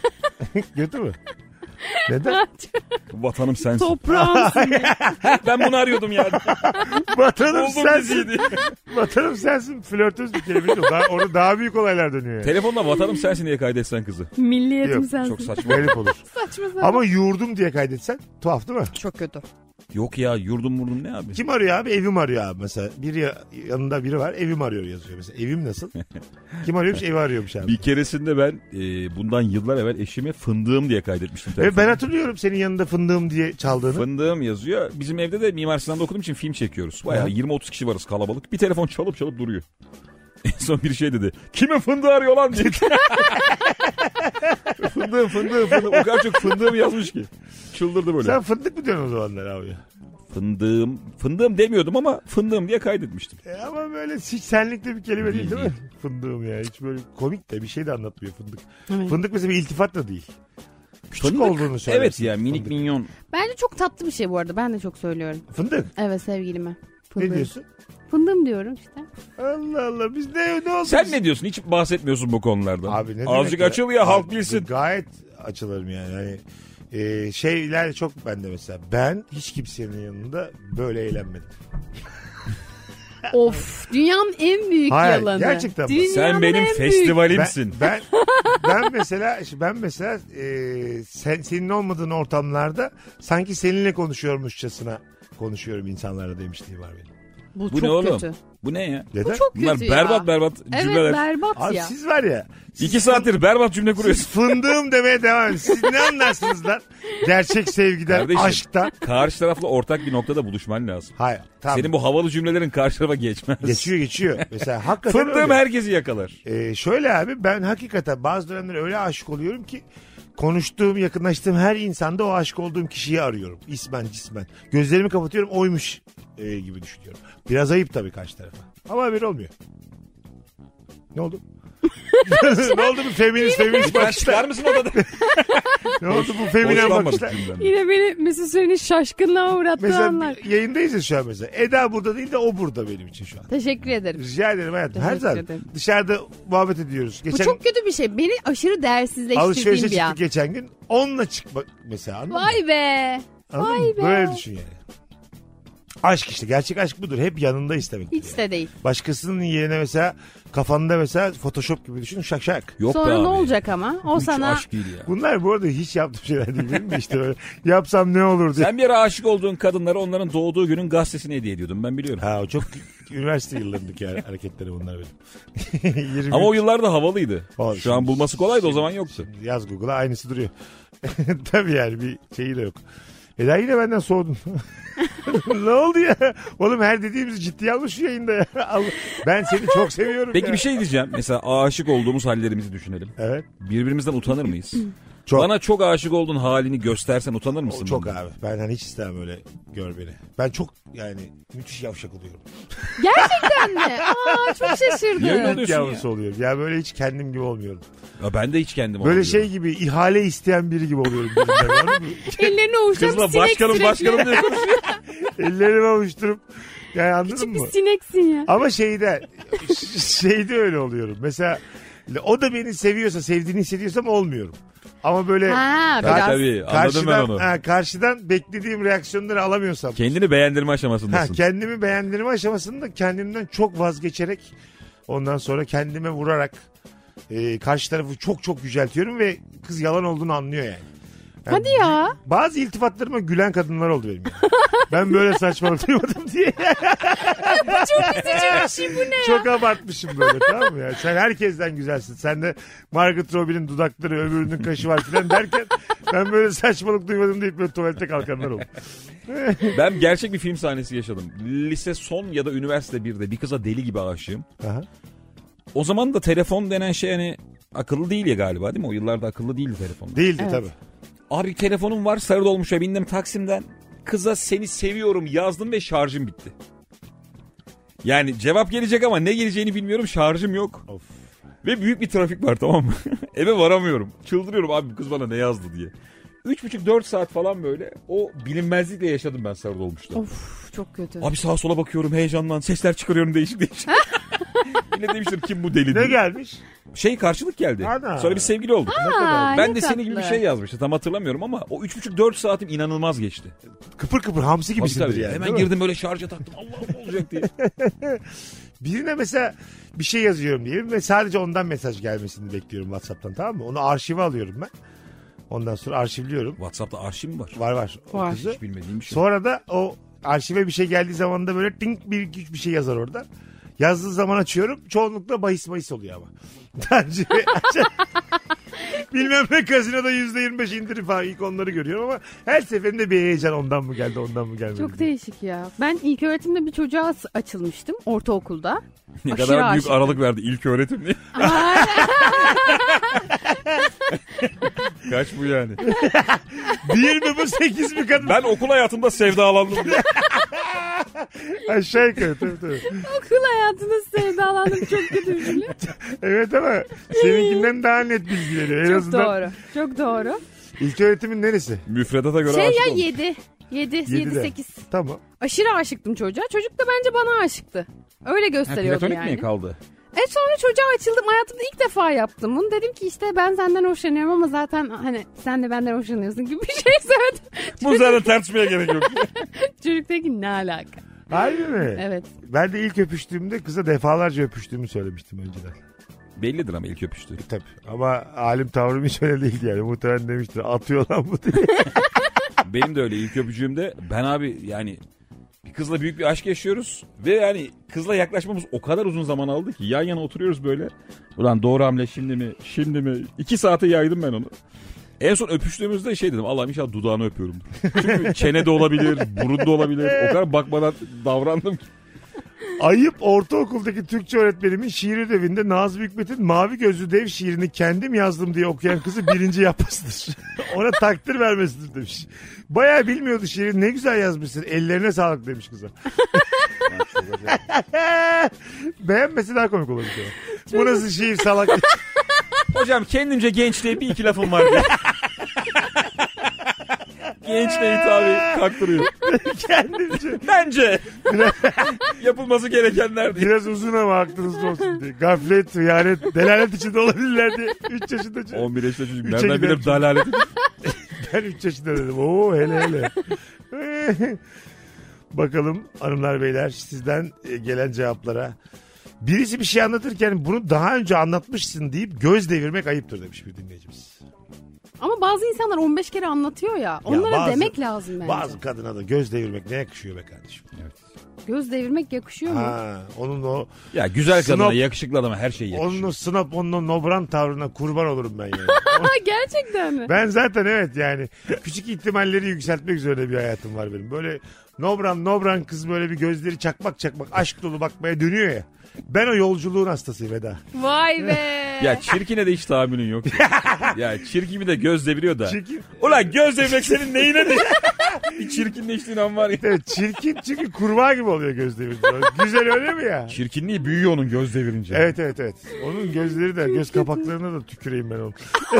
Kötü mü? Neden? Vatanım sensin. Toprağımsın. Ben bunu arıyordum yani. Vatanım Buldum sensin. diziydi. Vatanım sensin. Flörtöz bir kelime. Daha, orada daha büyük olaylar dönüyor yani. Telefonda vatanım sensin diye kaydetsen kızı. Milliyetim Yok, sensin. Çok saçma. Garip olur. Saçma sapan. Ama yurdum diye kaydetsen tuhaf değil mi? Çok kötü. Yok ya yurdum vurdum ne abi? Kim arıyor abi? Evim arıyor abi mesela. Biri ya- yanında biri var. Evim arıyor yazıyor mesela. Evim nasıl? Kim arıyormuş? Evi arıyormuş abi. Bir keresinde ben e, bundan yıllar evvel eşime fındığım diye kaydetmiştim Ve telefona. ben hatırlıyorum senin yanında fındığım diye çaldığını. Fındığım yazıyor. Bizim evde de Mimar Sinan'da okuduğum için film çekiyoruz. Bayağı Hı. yirmi otuz kişi varız kalabalık. Bir telefon çalıp çalıp duruyor. En son bir şey dedi. Kime fındığı arıyor lan diye. fındığım fındığım fındığım. O kadar çok fındığım yazmış ki. çıldırdı böyle. Sen fındık mı diyorsun o zamanlar abi? Fındığım, fındığım demiyordum ama fındığım diye kaydetmiştim. E ama böyle hiç senlikte bir kelime değil değil mi? Fındığım ya. Hiç böyle komik de bir şey de anlatmıyor fındık. Evet. Fındık mesela bir iltifat da değil. Küçük Fındık, olduğunu söylersin. evet ya minik fındık. minyon. Bence çok tatlı bir şey bu arada. Ben de çok söylüyorum. Fındık. Evet sevgilime. Fındık. Ne diyorsun? Fındığım diyorum işte. Allah Allah biz ne, ne oldu? Sen biz? ne diyorsun? Hiç bahsetmiyorsun bu konulardan. Abi ne demek Azıcık ya? açıl ya Abi, halk bilsin. Gayet açılırım yani. Hani e, şeyler çok bende mesela. Ben hiç kimsenin yanında böyle eğlenmedim. Of dünyanın en büyük Hayır, yalanı. gerçekten bak. Dünyanın Sen benim en büyük- festivalimsin. Ben, ben ben mesela ben mesela e, sen senin olmadığın ortamlarda sanki seninle konuşuyormuşçasına konuşuyorum insanlara demişliği var benim. Bu, Bu çok ne oğlum? kötü. Bu ne ya? Neden? Bu çok Bunlar kötü berbat ya. berbat Evet cümleler. berbat Abi ya. siz var ya. Siz İki saattir berbat cümle Siz kuruyorsun. fındığım demeye devam edin. Siz ne anlarsınız lan? Gerçek sevgiden, Kardeşim, aşktan. Karşı tarafla ortak bir noktada buluşman lazım. Hayır. Tamam. Senin bu havalı cümlelerin karşı tarafa geçmez. Geçiyor geçiyor. Mesela hakikaten Fındığım öyle. herkesi yakalar. Ee, şöyle abi ben hakikaten bazı dönemler öyle aşık oluyorum ki konuştuğum, yakınlaştığım her insanda o aşık olduğum kişiyi arıyorum. İsmen, cismen. Gözlerimi kapatıyorum oymuş e, gibi düşünüyorum. Biraz ayıp tabii karşı tarafa. Ama haber olmuyor. Ne oldu? Ne oldu bu feminist feminist Sen bakışlar? çıkar mısın odada? Ne oldu bu feminen Hoşlanmadık bakışlar? cümlenden. Yine beni Mesut Süren'in şaşkınlığa uğrattığı Mesela anlar. yayındayız ya şu an mesela. Eda burada değil de o burada benim için şu an. Teşekkür ederim. Rica ederim hayatım. Her Teşekkür zaman ederim. dışarıda muhabbet ediyoruz. Bu Geçen çok kötü bir şey. Beni aşırı değersizleştirdiğim alışverişe bir an. çıktık geçen gün. Onunla çıkma mesela anladın mı? Vay be. Anladın Vay mı? be. Böyle düşün yani. Aşk işte. Gerçek aşk budur. Hep yanında istemek. Hiç de değil. Başkasının yerine mesela kafanda mesela Photoshop gibi düşün şak şak. Yok be Sonra abi. ne olacak ama? O Hiç sana aşk değil ya. Bunlar bu arada hiç yaptığım şeyler değil benim de işte böyle. Yapsam ne olur diye. Sen bir ara aşık olduğun kadınlara onların doğduğu günün gazetesini hediye ediyordun ben biliyorum. Ha o çok üniversite yıllarındaki hareketleri bunlar benim. yirmi Ama o yıllarda havalıydı. Vallahi Şu an şimdi- bulması kolaydı o zaman yoktu. Yaz Google'a aynısı duruyor. Tabii yani bir şeyi de yok. Eda yine benden soğudun. Ne oldu ya? Oğlum her dediğimizi ciddiye almış şu yayında ya. Allah- Ben seni çok seviyorum Peki ya. bir şey diyeceğim. Mesela aşık olduğumuz hallerimizi düşünelim. Evet. Birbirimizden utanır mıyız? Çok. Bana çok aşık olduğun halini göstersen utanır O mısın? çok bundan? abi. Ben hani hiç istemem öyle gör beni. Ben çok yani müthiş yavşak oluyorum. gerçekten mi? Aa çok Niye öyle şaşırdım. oluyorsun Yavrusu ya? oluyorum. Ya böyle hiç kendim gibi olmuyorum. Ya ben de hiç kendim Böyle olmuyorum. şey gibi ihale isteyen biri gibi oluyorum. birinden, anladın mı? Ellerini ovuşturup Kızla sinek başkanım sürekli. başkanım diye konuşuyor. Ellerimi avuşturup yani anladın Küçük mı? bir sineksin ya. Ama şeyde şeyde öyle oluyorum. Mesela o da beni seviyorsa, sevdiğini hissediyorsam olmuyorum. Ama böyle Ha Tabii biraz. tabii anladım ben karşıdan, onu. ha, karşıdan beklediğim reaksiyonları alamıyorsam. Kendini beğendirme Ha, aşamasındasın. kendimi beğendirme aşamasında kendimden çok vazgeçerek ondan sonra kendime vurarak e, karşı tarafı çok çok yüceltiyorum ve kız yalan olduğunu anlıyor yani. Yani Hadi ya. Bazı iltifatlarıma gülen kadınlar oldu benim. Yani. Ben böyle saçmalık duymadım diye. Çok üzücü bir şey bu ne ya? Çok abartmışım böyle tamam mı ya? Sen herkesten güzelsin. Sen de Margot Robbie'nin dudakları öbürünün kaşı var filan derken ben böyle saçmalık duymadım deyip böyle tuvalete kalkanlar oldu. Ben gerçek bir film sahnesi yaşadım. Lise son ya da üniversite birde bir kıza deli gibi aşığım. Aha. O zaman da telefon denen şey hani akıllı değil ya galiba değil mi? O yıllarda akıllı değildi telefon. Değildi Evet. tabii. Abi telefonum var sarı dolmuşa bindim Taksim'den. Kıza seni seviyorum yazdım ve şarjım bitti. Yani cevap gelecek ama ne geleceğini bilmiyorum şarjım yok. Of. Ve büyük bir trafik var tamam mı? Eve varamıyorum. Çıldırıyorum abi kız bana ne yazdı diye. Üç buçuk dört saat falan böyle o bilinmezlikle yaşadım ben sarı dolmuşta. Of çok kötü. Abi sağa sola bakıyorum heyecandan sesler çıkarıyorum değişik değişik. Yine demiştir kim bu deli Ne diye. gelmiş? Şey karşılık geldi. Ana. Sonra bir sevgili olduk. Ne kadar? Aa, Ben ne de senin gibi bir tatlı. şey yazmıştı tam hatırlamıyorum ama o üç buçuk dört saatim inanılmaz geçti. Kıpır kıpır hamsi Tabii gibisindir tabii. yani. Hemen değil mi? girdim böyle şarja taktım Allah'ım ne olacak diye. Birine mesela bir şey yazıyorum diyelim ve sadece ondan mesaj gelmesini bekliyorum WhatsApp'tan tamam mı? Onu arşive alıyorum ben. Ondan sonra arşivliyorum. WhatsApp'ta arşiv mi var? Var var. o Var. kızı. Hiç bilmediğim bir şey. Sonra da o arşive bir şey geldiği zaman da böyle tink bir iki üç bir şey yazar orada. Yazdığı zaman açıyorum. Çoğunlukla bahis bahis oluyor ama. Daha önce bilmem ne kazinoda yüzde yirmi beş indirim falan ilk onları görüyorum ama her seferinde bir heyecan ondan mı geldi ondan mı gelmedi. Çok diye. değişik ya. Ben ilk öğretimde bir çocuğa as- açılmıştım ortaokulda. Ne Aşırı kadar büyük aşıktım. aralık verdi ilk öğretim diye. Kaç bu yani? Bir mi bu sekiz mi kadın? Ben okul hayatımda sevdalandım diye. Aşağı yukarı tabii tabii. Okul hayatında sevdalandım, çok kötü bir cümle. Evet ama seninkinden daha net bilgi veriyor. En Çok azından doğru. Çok doğru. İlköğretimin neresi? Müfredata göre Şey aşık ya olmuş. yedi. Yedi, Yedi yedi, de. sekiz. Tamam. Aşırı aşıktım çocuğa. Çocuk da bence bana aşıktı. Öyle Ha, gösteriyordu platonik yani. mi kaldı? E sonra çocuğa açıldım. Hayatımda ilk defa yaptım bunu. Dedim ki işte ben senden hoşlanıyorum ama zaten hani sen de benden hoşlanıyorsun gibi bir şey söyledim. Bu zaten tartışmaya gerek yok. Çocuk dedi ki ne alaka? Harbi mi? Evet. Ben de ilk öpüştüğümde kıza defalarca öpüştüğümü söylemiştim önceden. Bellidir ama ilk öpüştü. Tabii. Ama alim tavrım hiç öyle değildi yani. Muhtemelen demiştir atıyor lan bu diye. Benim de öyle ilk öpücüğümde ben abi yani bir kızla büyük bir aşk yaşıyoruz ve yani kızla yaklaşmamız o kadar uzun zaman aldı ki yan yana oturuyoruz böyle. Ulan doğru hamle şimdi mi şimdi mi? İki saate yaydım ben onu. En son öpüştüğümüzde şey dedim, Allah'ım inşallah dudağını öpüyorum. Çünkü çene de olabilir, burun da olabilir. O kadar bakmadan davrandım ki. Ayıp ortaokuldaki Türkçe öğretmenimin şiir ödevinde Nazım Hikmet'in Mavi Gözlü Dev şiirini kendim yazdım diye okuyan kızı birinci yapmasıdır. Ona takdir vermesidir demiş. Bayağı bilmiyordu şiiri, ne güzel yazmışsın, ellerine sağlık demiş kıza. Beğenmesi daha komik olabilir. Bu nasıl şiir salak. Hocam kendimce gençliğe bir iki lafım var diye. Gençliğe hitabı kaktırıyor. Kendimce. Bence. Yapılması gerekenler diye. Biraz uzun ama aklınızda olsun diye. Gaflet, hıyanet, delalet içinde olabilirler diye. üç yaşında çocuk. on bir yaşında çocuk. Üçe Nereden gider bilir dalalet. Ben üç yaşında dedim. Oo hele hele. Bakalım hanımlar beyler sizden gelen cevaplara. Birisi bir şey anlatırken bunu daha önce anlatmışsın deyip göz devirmek ayıptır demiş bir dinleyicimiz. Ama bazı insanlar on beş kere anlatıyor ya. Onlara bazı- demek lazım bence. Bazı kadına da göz devirmek ne yakışıyor be kardeşim. Evet. Göz devirmek yakışıyor mu? Ha, onun o Ya güzel kadına, Snob- yakışıklı adama her şey yakışıyor. onun o snap, onun o nobran tavrına kurban olurum ben yani. Ha, gerçekten mi? Ben zaten evet yani küçük ihtimalleri yükseltmek üzere bir hayatım var benim. Böyle nobran nobran kız böyle bir gözleri çakmak çakmak aşk dolu bakmaya dönüyor ya. Ben o yolculuğun hastasıyım Eda. Vay be. Ya çirkine de hiç tahammülün yok. Ya çirkini de göz deviriyor da. Çirkin. Ulan göz devirmek senin neyine de? Bir çirkinleştiğin an var ya. Evet, çirkin çünkü kurbağa gibi oluyor göz devirince. Güzel öyle mi ya? Çirkinliği büyüyor onun göz devirince. Evet evet evet. Onun gözleri de göz kapaklarına da tüküreyim ben onu.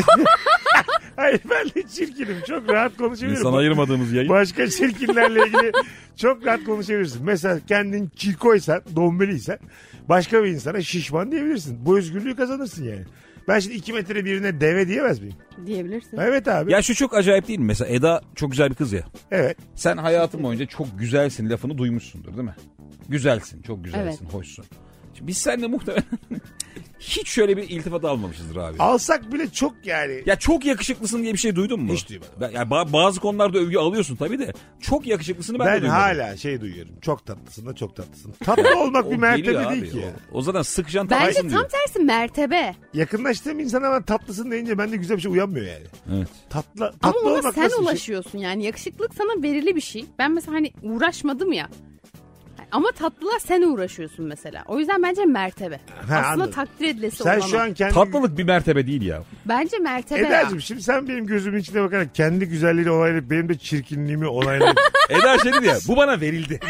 Hayır ben de çirkinim. Çok rahat konuşabilirim. İnsan ayırmadığımız yayın. Başka çirkinlerle ilgili çok rahat konuşabilirsin. Mesela kendin çirkoysan, dombeliysen başka bir insana şişman diyebilirsin. Bu özgürlüğü kazanırsın yani. Ben şimdi iki metre birine deve diyemez miyim? Diyebilirsin. Evet abi. Ya şu çok acayip değil mi? Mesela Eda çok güzel bir kız ya. Evet. Sen hayatın boyunca çok güzelsin lafını duymuşsundur değil mi? Güzelsin, çok güzelsin, Evet. hoşsun. Şimdi biz seninle muhtemelen hiç şöyle bir iltifat almamışızdır abi. Alsak bile çok yani. Ya çok yakışıklısın diye bir şey duydun mu? Hiç duymadım. Ben, yani ba- bazı konularda övgü alıyorsun tabii de çok yakışıklısını ben, Ben, de duymadım. hala şey duyuyorum. Çok tatlısın da çok tatlısın. Tatlı olmak O bir mertebe geliyor değil abi, ki ya. O, o zaten sıkacaksın Bence tatlısın tam diyor. tersi mertebe. Yakınlaştığım insana ben tatlısın deyince bende güzel bir şey uyanmıyor yani. Evet. Tatlı, Ama tatlı ona olmak sen nasıl bir şey? ulaşıyorsun yani. Yakışıklık sana verili bir şey. Ben mesela hani uğraşmadım ya. Ama tatlılığa sen uğraşıyorsun mesela. O yüzden bence mertebe. Aslında anladım. takdir edilesi Sen olan şu o. an kendi... Tatlılık bir mertebe değil ya. Bence mertebe ya. Eda'cığım şimdi sen benim gözümün içine bakarak kendi güzelliğini onaylayıp benim de çirkinliğimi onaylayıp... Eda şey dedi ya, bu bana verildi.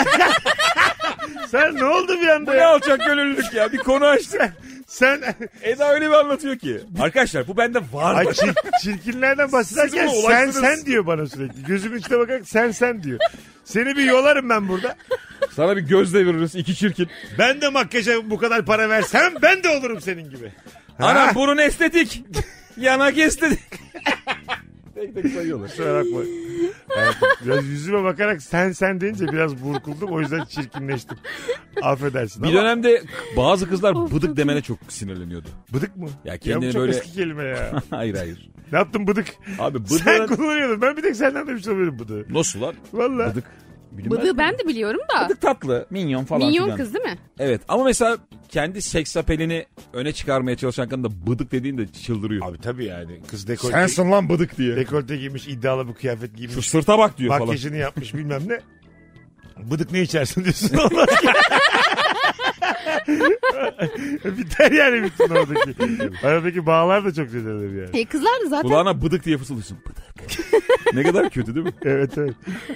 Sen ne oldu bir anda Bu ne ya? alçak gönüllülük ya, bir konu açtı. Sen... Eda öyle bir anlatıyor ki. Arkadaşlar bu bende var. Ay çir- çirkinlerden bahsederken Siz bunu sen ulaştınız. sen diyor bana sürekli. Gözümün içine bakarak sen sen diyor. Seni bir yolarım ben burada. Sana bir göz deviririz, iki çirkin. Ben de makyaja bu kadar para versem ben de olurum senin gibi. Ha? Anam burun estetik. Yanak estetik. Tek tek sayıyorlar. Kusura bakma. Evet, biraz yüzüme bakarak sen sen deyince biraz burkuldum. O yüzden çirkinleştim. Affedersin Bir ama dönemde bazı kızlar bıdık demene çok sinirleniyordu. bıdık mı? Ya Ya kendini bu çok böyle... eski kelime ya. hayır hayır. Ne yaptın bıdık? Abi Sen bıdık... kullanıyordun. Ben bir tek senden demiş olabilirim bıdığı. Nasıl lan? Valla. Bıdık. Bilinmez Bıdığı mi? ben de biliyorum da. Bıdık tatlı, minyon falan Minyon filan. kız değil mi? Evet ama mesela kendi seks apelini öne çıkarmaya çalışan kadın da bıdık dediğinde çıldırıyor. Abi tabii yani. Kız dekolte, Sensin lan bıdık diye. dekolte giymiş, iddialı bir kıyafet Şu giymiş. sırta bak diyor falan. Makyajını yapmış bilmem ne. Bıdık ne içersin diyorsun. Allah Biter yani bütün oradaki. Aradaki bağlar da çok düzelir yani. E, kızlar da zaten... Kulağına bıdık diye fısıldıyorsun. Bıdık. Ne kadar kötü değil mi? Evet evet.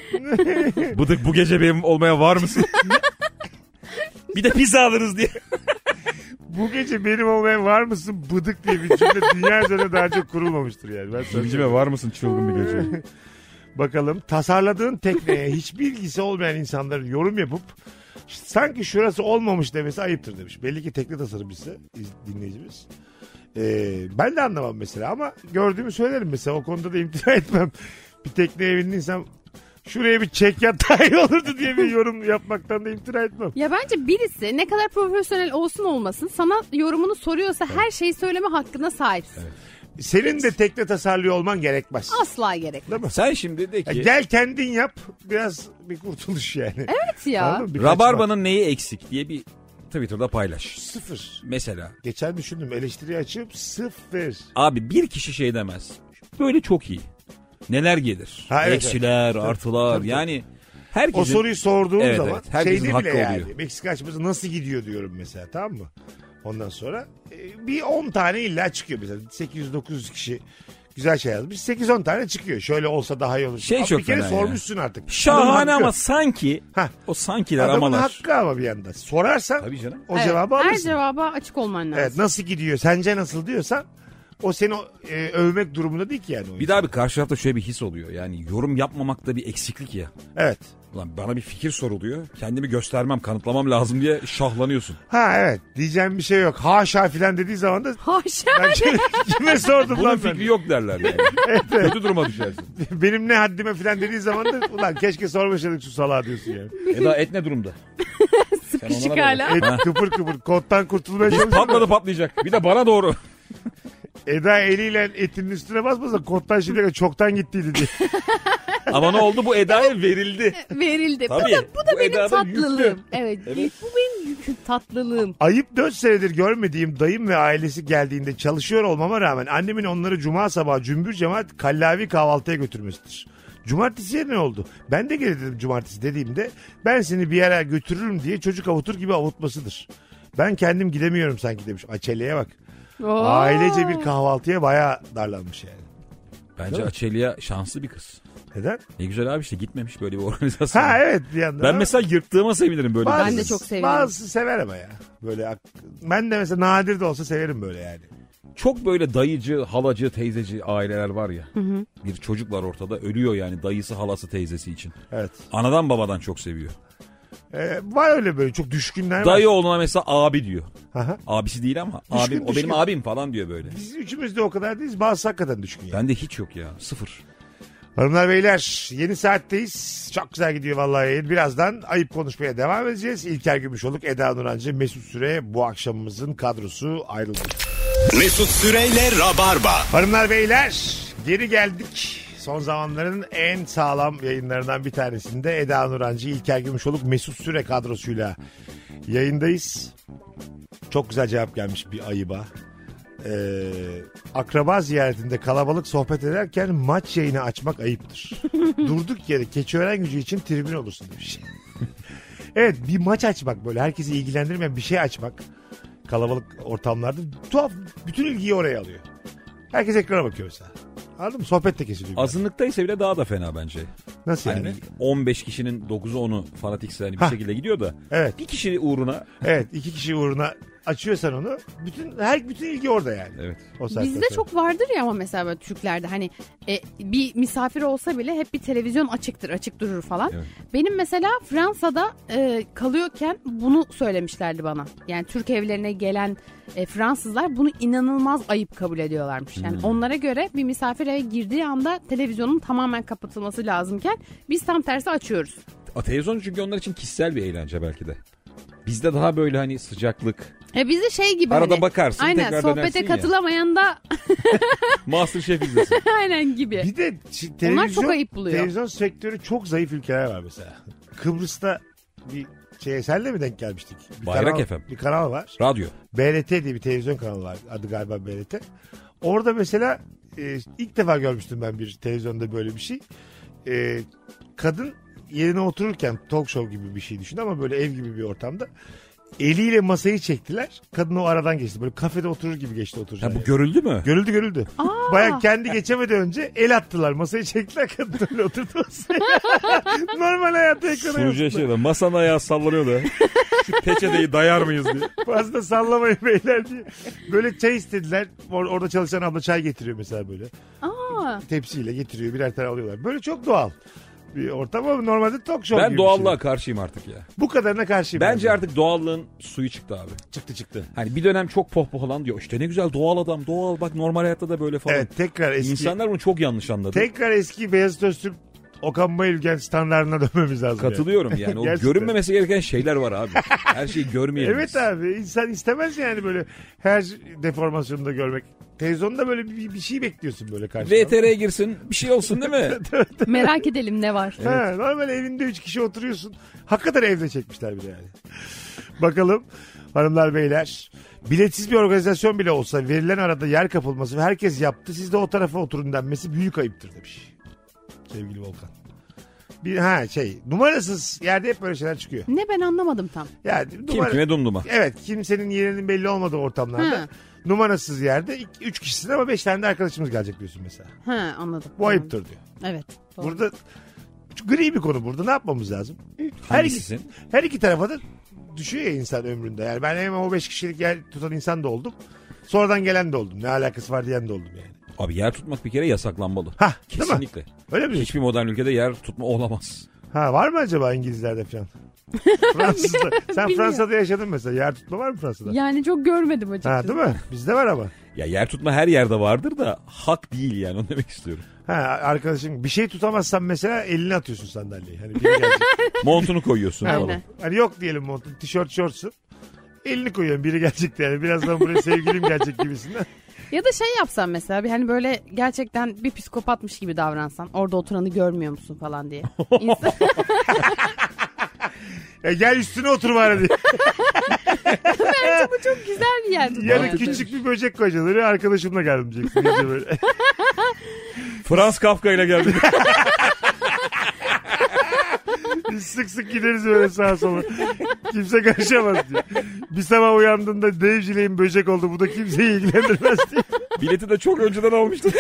Bıdık bu gece benim olmaya var mısın? Bir de pizza alırız diye. Bu gece benim olmaya var mısın bıdık diye bir cümle dünya üzerinde daha çok kurulmamıştır yani. Ben Cimcime var mısın çılgın bir gece? Bakalım tasarladığın tekneye hiçbir ilgisi olmayan insanların yorum yapıp sanki şurası olmamış demesi ayıptır demiş. Belli ki tekne tasarımcısı dinleyicimiz. Ee, ben de anlamam mesela ama gördüğümü söylerim mesela, o konuda da imtina etmem. Bir tekneye bindiysem şuraya bir çek yat daha iyi olurdu diye bir yorum yapmaktan da imtina etmem. Ya bence birisi ne kadar profesyonel olsun olmasın sana yorumunu soruyorsa evet. her şeyi söyleme hakkına sahipsin. Evet. Senin de tekne tasarlıyor olman gerekmez. Asla gerekmez. Sen şimdi de ki... Ya gel kendin yap, biraz bir kurtuluş yani. Evet ya. Rabarbanın neyi eksik diye bir Twitter'da paylaş. Sıfır. Mesela. Geçen düşündüm, eleştiri açıp sıfır. Abi bir kişi şey demez. Böyle çok iyi. Neler gelir? Ha, evet, eksiler, evet. artılar. Tabii, tabii. Yani herkesin... O soruyu sorduğum evet, zaman evet, şeyde bile yani. Oluyor. Meksika açması nasıl gidiyor diyorum mesela, tamam mı? Ondan sonra e, bir on tane illa çıkıyor mesela. sekiz yüz dokuz yüz kişi güzel şey yazmış. sekiz on tane çıkıyor. Şöyle olsa daha iyi olur. Şey ama çok bir kere fena sormuşsun ya. Artık. Şahane ama sanki Hah. o sankiler adamın amalar. Adamın hakkı ama bir yanda. Sorarsan tabii canım. o evet, cevabı alırsın. Her cevaba açık olman lazım. Evet, nasıl gidiyor? Sence nasıl diyorsan o seni e, övmek durumunda değil ki yani. Bir daha bir karşı tarafta şöyle bir his oluyor. Yani yorum yapmamakta bir eksiklik ya. Evet. Ulan bana bir fikir soruluyor. Kendimi göstermem, kanıtlamam lazım diye şahlanıyorsun. Ha evet. Diyeceğim bir şey yok. Haşa filan dediği zaman da. Haşa. Ben kime, kime sordum bunun lan fikri ben? yok derler yani. Evet, evet. Kötü duruma düşersin. Benim ne haddime filan dediği zaman da ulan keşke sormaşadık şu salağı diyorsun yani. Eda et ne durumda? Sıkışık hala. Et kıpır kıpır. Kottan kurtulmaya çalışıyor. Patladı patlayacak. Bir de bana doğru. Eda eliyle etinin üstüne basmasa kottan şimdiye çoktan gittiydi diye. Ama ne oldu? Bu Eda'ya verildi. Verildi. Tabii. Bu da, bu da bu benim Eda'da tatlılığım. Evet, evet. Bu benim yüküm, tatlılığım. Ayıp dört senedir görmediğim dayım ve ailesi geldiğinde çalışıyor olmama rağmen annemin onları cuma sabahı cümbür cemaat kallavi kahvaltıya götürmesidir. Cumartesiye ne oldu? Ben de gelelim cumartesi dediğimde ben seni bir yere götürürüm diye çocuk avutur gibi avutmasıdır. Ben kendim gidemiyorum sanki demiş. Açelya'ya bak. Oo. Ailece bir kahvaltıya bayağı darlanmış yani. Bence Açelya şanslı bir kız. Neden? Ne güzel abi işte gitmemiş böyle bir organizasyon. Ha evet bir yandan. Ben mesela yırttığıma sevinirim böyle. Bazı, ben de çok severim. Bazısı sever ama ya. Böyle ben de mesela nadir de olsa severim böyle yani. Çok böyle dayıcı, halacı, teyzeci aileler var ya. Hı hı. Bir çocuk var ortada ölüyor yani dayısı, halası, teyzesi için. Evet. Anadan babadan çok seviyor. Ee, var öyle böyle çok düşkünler var. Dayı oğluna mesela abi diyor. Aha. Abisi değil ama düşkün, abim, düşkün. o benim abim falan diyor böyle. Biz üçümüz de o kadar değiliz. Bazısı hakikaten düşkün yani. Bende hiç yok ya, sıfır. Hanımlar beyler yeni saatteyiz. Çok güzel gidiyor vallahi. Birazdan ayıp konuşmaya devam edeceğiz. İlker Gümüşoluk, Eda Nurancı, Mesut Süre bu akşamımızın kadrosu ayrıldı. Mesut Süreyle Rabarba. Hanımlar beyler geri geldik. Son zamanların en sağlam yayınlarından bir tanesinde Eda Nurancı, İlker Gümüşoluk, Mesut Süre kadrosuyla yayındayız. Çok güzel cevap gelmiş bir ayıba. Ee, akraba ziyaretinde kalabalık sohbet ederken maç yayını açmak ayıptır. Durduk yere Keçiören Gücü için tribün olursun demiş. Evet, bir maç açmak, böyle herkesi ilgilendirmeyen bir şey açmak kalabalık ortamlarda tuhaf, bütün ilgiyi oraya alıyor. Herkes ekrana bakıyor mesela. Anladın mı? Sohbet de kesiliyor. Azınlıktaysa bile daha da fena bence. Nasıl hani yani? on beş kişinin dokuzu onu fanatikse hani bir Hah. şekilde gidiyor da. Evet. Bir kişi uğruna. Evet, iki kişi uğruna açıyorsan onu, bütün her bütün ilgi orada yani. Evet. O bizde sonra çok vardır ya ama mesela böyle Türklerde hani e, bir misafir olsa bile hep bir televizyon açıktır, açık durur falan. Evet. Benim mesela Fransa'da e, kalıyorken bunu söylemişlerdi bana. Yani Türk evlerine gelen e, Fransızlar bunu inanılmaz ayıp kabul ediyorlarmış. Yani hmm. onlara göre bir misafir eve girdiği anda televizyonun tamamen kapatılması lazımken biz tam tersi açıyoruz. A, televizyon çünkü onlar için kişisel bir eğlence belki de. Bizde daha böyle hani sıcaklık. E bizde şey gibi arada hani, bakarsın aynen, tekrar sohbete katılamayan da MasterChef izlesin. Aynen gibi. Bir de televizyon, onlar çok ayıp buluyor. Televizyon sektörü çok zayıf ülkeler var mesela. Kıbrıs'ta bir şeye senle mi denk gelmiştik? Bir Bayrak kanal, F M. Bir kanal var. Radyo. B R T diye bir televizyon kanalı var. Adı galiba B R T. Orada mesela e, ilk defa görmüştüm ben bir televizyonda böyle bir şey. E, kadın yerine otururken talk show gibi bir şey düşün ama böyle ev gibi bir ortamda eliyle masayı çektiler. Kadın o aradan geçti. Böyle kafede oturur gibi geçti oturacak. Ha, bu görüldü mü? Görüldü görüldü. Aa. Baya kendi geçemedi önce el attılar. Masayı çektiler, kadın öyle oturdu masaya. Normal hayatta ekrana Sunucuya yansıttılar. şey de masanın ayağı sallanıyor da. Şu peçeteyi dayar mıyız diye. Fazla sallamayın beyler diye. Böyle çay istediler. Or- orada çalışan abla çay getiriyor mesela böyle. Aa. Tepsiyle getiriyor, birer tane alıyorlar. Böyle çok doğal bir ortam ama normalde talk show Ben gibi doğallığa bir şey. karşıyım artık ya. Bu kadarına karşıyım. Bence ben. artık doğallığın suyu çıktı abi. Çıktı çıktı. Hani bir dönem çok pohpohlan diyor. İşte ne güzel doğal adam, doğal bak normal hayatta da böyle falan. Evet, tekrar eski. İnsanlar bunu çok yanlış anladı. Tekrar eski Beyazıt Öztürk, Okan Bayülgen standartına dönmemiz lazım. Katılıyorum yani. O Gerçekten. görünmemesi gereken şeyler var abi. Her şeyi görmeyelim. Evet abi, insan istemez yani böyle her deformasyonu da görmek. Televizyonda böyle bir, bir şey bekliyorsun böyle karşıdan. V T R'ye girsin bir şey olsun değil mi? Merak edelim ne var. Ha, normal evinde üç kişi oturuyorsun. Hakikaten evde çekmişler bir de yani. Bakalım hanımlar beyler. Biletsiz bir organizasyon bile olsa verilen arada yer kapılması ve herkes yaptı, siz de o tarafa oturun denmesi büyük ayıptır demiş. Sevgili Volkan. Bir ha şey numarasız yerde hep böyle şeyler çıkıyor. Ne, ben anlamadım tam. Yani Kim numara, kime dumduma. evet, kimsenin yerinin belli olmadığı ortamlarda Ha. numarasız yerde iki, üç kişisin ama beş tane de arkadaşımız gelecek diyorsun mesela. Ha, anladım. Bu ayıptır diyor. Evet. Doğru. Burada gri bir konu, burada ne yapmamız lazım? Her iki, Hangisisin? her iki tarafa da düşüyor ya insan ömründe. Yani ben hemen o beş kişilik yer tutan insan da oldum. Sonradan gelen de oldum. Ne alakası var diyen de oldum yani. Abi yer tutmak bir kere yasaklanmalı. Hah, değil mi? Kesinlikle. Öyle mi? Hiçbir modern ülkede yer tutma olamaz. Ha, var mı acaba İngilizlerde falan? Fransız'da. Sen Bilmiyorum. Fransa'da yaşadın mesela. Yer tutma var mı Fransa'da? Yani çok görmedim açıkçası. Ha, değil mi? Bizde var ama. Ya yer tutma her yerde vardır da hak değil yani onu demek istiyorum. Ha, arkadaşım bir şey tutamazsan mesela elini atıyorsun sandalyeye. Hani biri gelecek. Montunu koyuyorsun Aynen. falan. Hani yok diyelim montun, tişört şortsun. Elini koyuyorsun, biri gelecek yani. Birazdan buraya sevgilim gelecek gibisinden. Ya da şey yapsan mesela bir hani böyle gerçekten bir psikopatmış gibi davransan. Orada oturanı görmüyor musun falan diye. İnsan... Ya gel üstüne otur bari diye. Bence bu çok güzel bir yer. Yarın küçük bir böcek koyacaksın. Öyle arkadaşımla geldim diyeceksin. İyice böyle. Frans Kafka ile geldik. Biz sık sık gideriz böyle sağa sola. Kimse karışamaz diyor. Bir sabah uyandığında Dave Jile'in böcek oldu. Bu da kimseyi ilgilendirmez diye. Bileti de çok önceden almıştım.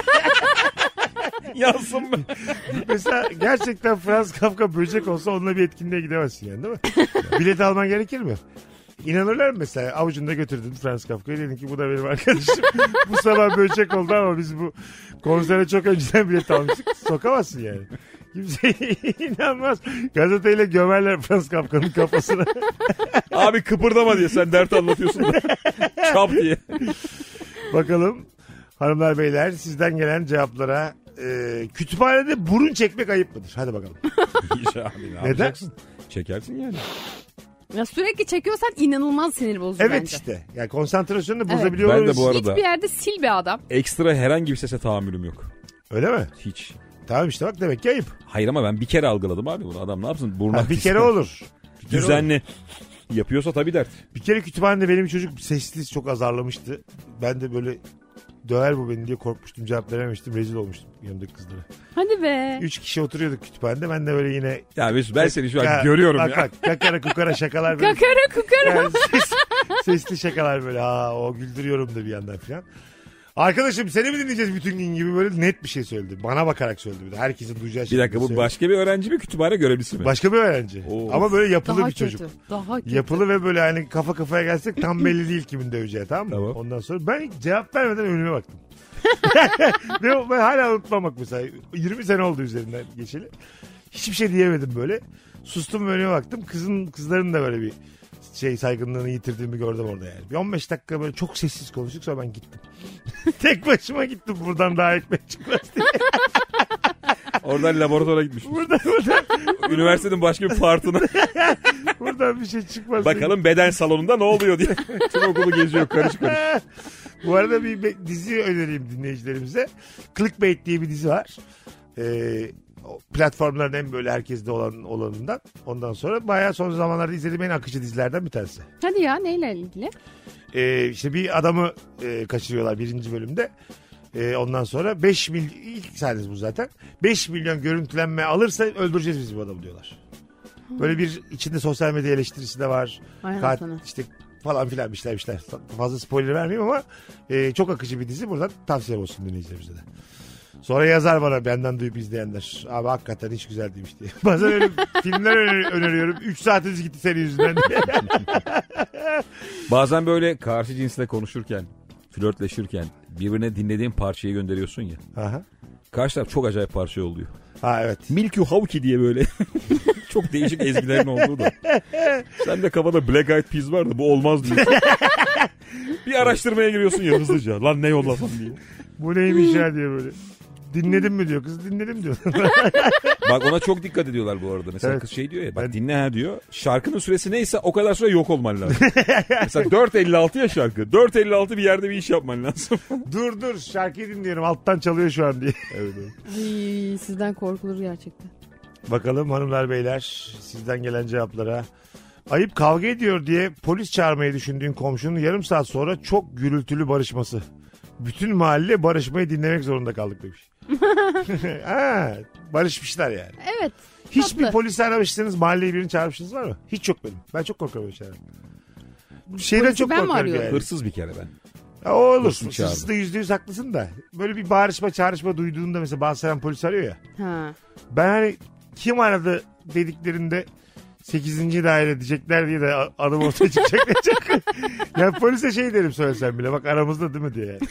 Yansın mı? Mesela gerçekten Frans Kafka böcek olsa onunla bir etkinliğe gidemezsin yani, değil mi? Bilet alman gerekir mi? İnanırlar mı mesela? Avucunda götürdün Frans Kafka'yı, dedin ki bu da benim arkadaşım. Bu sabah böcek oldu ama biz bu konsere çok önceden bilet almıştık. Sokamazsın yani. Kimse inanmaz. Gazeteyle gömerler Frans Kafka'nın kafasına. Abi kıpırdama diye sen dert anlatıyorsun da. Çap diye. Bakalım hanımlar beyler sizden gelen cevaplara. Ee, kütüphanede burun çekmek ayıp mıdır? Hadi bakalım. İyi abi, ne Neden? yapacaksın? Çekersin yani. Ya sürekli çekiyorsan inanılmaz sinir bozucu Evet bence. işte. Yani konsantrasyonu da Evet. bozabiliyor Ben de olabilirsin. bu arada Hiçbir yerde sil bir adam. ekstra herhangi bir sese tahammülüm yok. Öyle mi? Hiç. Tamam işte bak, demek ki ayıp. Hayır ama ben bir kere algıladım abi bunu. Adam ne yapsın? Burnu Ha, bir kere olur. Bir kere olur. Düzenli. Yapıyorsa tabii dert. Bir kere kütüphanede benim çocuk sesli çok azarlamıştı. Ben de böyle döver bu beni diye korkmuştum, cevap verememiştim, rezil olmuştum yanımdaki kızlara. Hadi be. Üç kişi oturuyorduk kütüphanede, ben de böyle yine... Ya Mesut ben seni şu an Ya, görüyorum bak, ya. Bak kakara kukara şakalar böyle. Kakara kukara. Yani ses- sesli şakalar böyle, ha o güldürüyorum da bir yandan falan. Arkadaşım seni mi dinleyeceğiz bütün gün gibi böyle net bir şey söyledi. Bana bakarak söyledi bir de. Herkesin duyacağı Bir şekilde dakika bu söyledi. başka bir öğrenci mi kütüphane görevlisi mi? Başka bir öğrenci. Oo. Ama böyle yapılı Daha bir kötü. çocuk. Daha kötü. Yapılı ve böyle hani kafa kafaya gelsek tam belli değil kimin döveceği, tamam mı? Tamam. Ondan sonra ben hiç cevap vermeden önüme baktım. Ve ben hala unutmamak mesela. yirmi sene oldu üzerinden geçeli. Hiçbir şey diyemedim böyle. Sustum ve önüme baktım. Kızın kızların da böyle bir şey saygınlığını yitirdiğimi gördüm orada yani. Bir on beş dakika böyle çok sessiz konuştuk, sonra ben gittim. Tek başıma gittim, buradan daha ekmek çıkmaz diye. Oradan laboratuvara gitmiş. Buradan, buradan, Üniversitenin başka bir partına. buradan bir şey çıkmaz. Bakalım beden salonunda ne oluyor diye. Tüm okulu geziyor karış karış. Bu arada bir be- dizi önereyim dinleyicilerimize. Clickbait diye bir dizi var. Ee, o platformların en böyle herkeste olan olanından. Ondan sonra bayağı son zamanlarda izlediğim en akıcı dizilerden bir tanesi. Hadi ya, neyle ilgili? Ee, işte bir adamı e, kaçırıyorlar birinci bölümde. Ee, ondan sonra beş milyon, ilk sahnesi bu zaten. beş milyon görüntülenme alırsa öldüreceğiz biz bu adamı diyorlar. Böyle bir içinde sosyal medya eleştirisi de var. Aynen Kat, sana. işte falan filan bir şeyler bir şeyler. Fazla spoiler vermeyeyim ama e, çok akıcı bir dizi. Buradan tavsiye olsun dinleyicilerimize de. Sonra yazar bana benden duyup izleyenler. Abi hakikaten hiç güzel demiş diye. Bazen öyle filmler öner- öneriyorum. üç saatiniz gitti senin yüzünden diye. Bazen böyle karşı cinsle konuşurken, flörtleşirken birbirine dinlediğin parçayı gönderiyorsun ya. Aha. Karşı taraf çok acayip parça oluyor. Ha evet. Milk You Hawky diye böyle çok değişik ezgilerin olduğu da. Sen de kafada Black Eyed Peas var da bu olmaz diyorsun. Bir araştırmaya giriyorsun ya hızlıca. Lan ne yollasam diye. Bu neymiş ya diye böyle. Dinledin mi diyor. Kız dinledim diyor. Bak ona çok dikkat ediyorlar bu arada. Mesela Evet. kız şey diyor ya. Bak Ben- dinle ha diyor. Şarkının süresi neyse o kadar süre yok olman lazım. Mesela dört elli altı ya şarkı. dört elli altı bir yerde bir iş yapman lazım. dur dur şarkıyı dinliyorum alttan çalıyor şu an diye. Evet, evet. Ay, sizden korkulur gerçekten. Bakalım hanımlar beyler sizden gelen cevaplara. Ayıp kavga ediyor diye polis çağırmayı düşündüğün komşunun yarım saat sonra çok gürültülü barışması. Bütün mahalle barışmayı dinlemek zorunda kaldık demiş. ha, barışmışlar yani. Evet. Hiçbir tatlı. polis aramışsınız mahalleyi birini çağırmışsınız var mı? Hiç yok benim. Ben çok korkarım öyle şeylerden. Şeyden Polisi çok ben mi korkarım arıyorum? yani. Hırsız bir kere ben. Ya, o olur. Hırsız çağırdı. Hırsızda yüzde yüz haklısın da. Böyle bir bağırışma çağrışma duyduğunda mesela bazı sefer polis arıyor ya. Ha. Ben hani kim aradı dediklerinde sekizinci daire diyecekler diye de a- adım ortaya çıkacak. çok. Ya polise şey derim söylesem bile bak aramızda değil mi diye. Yani.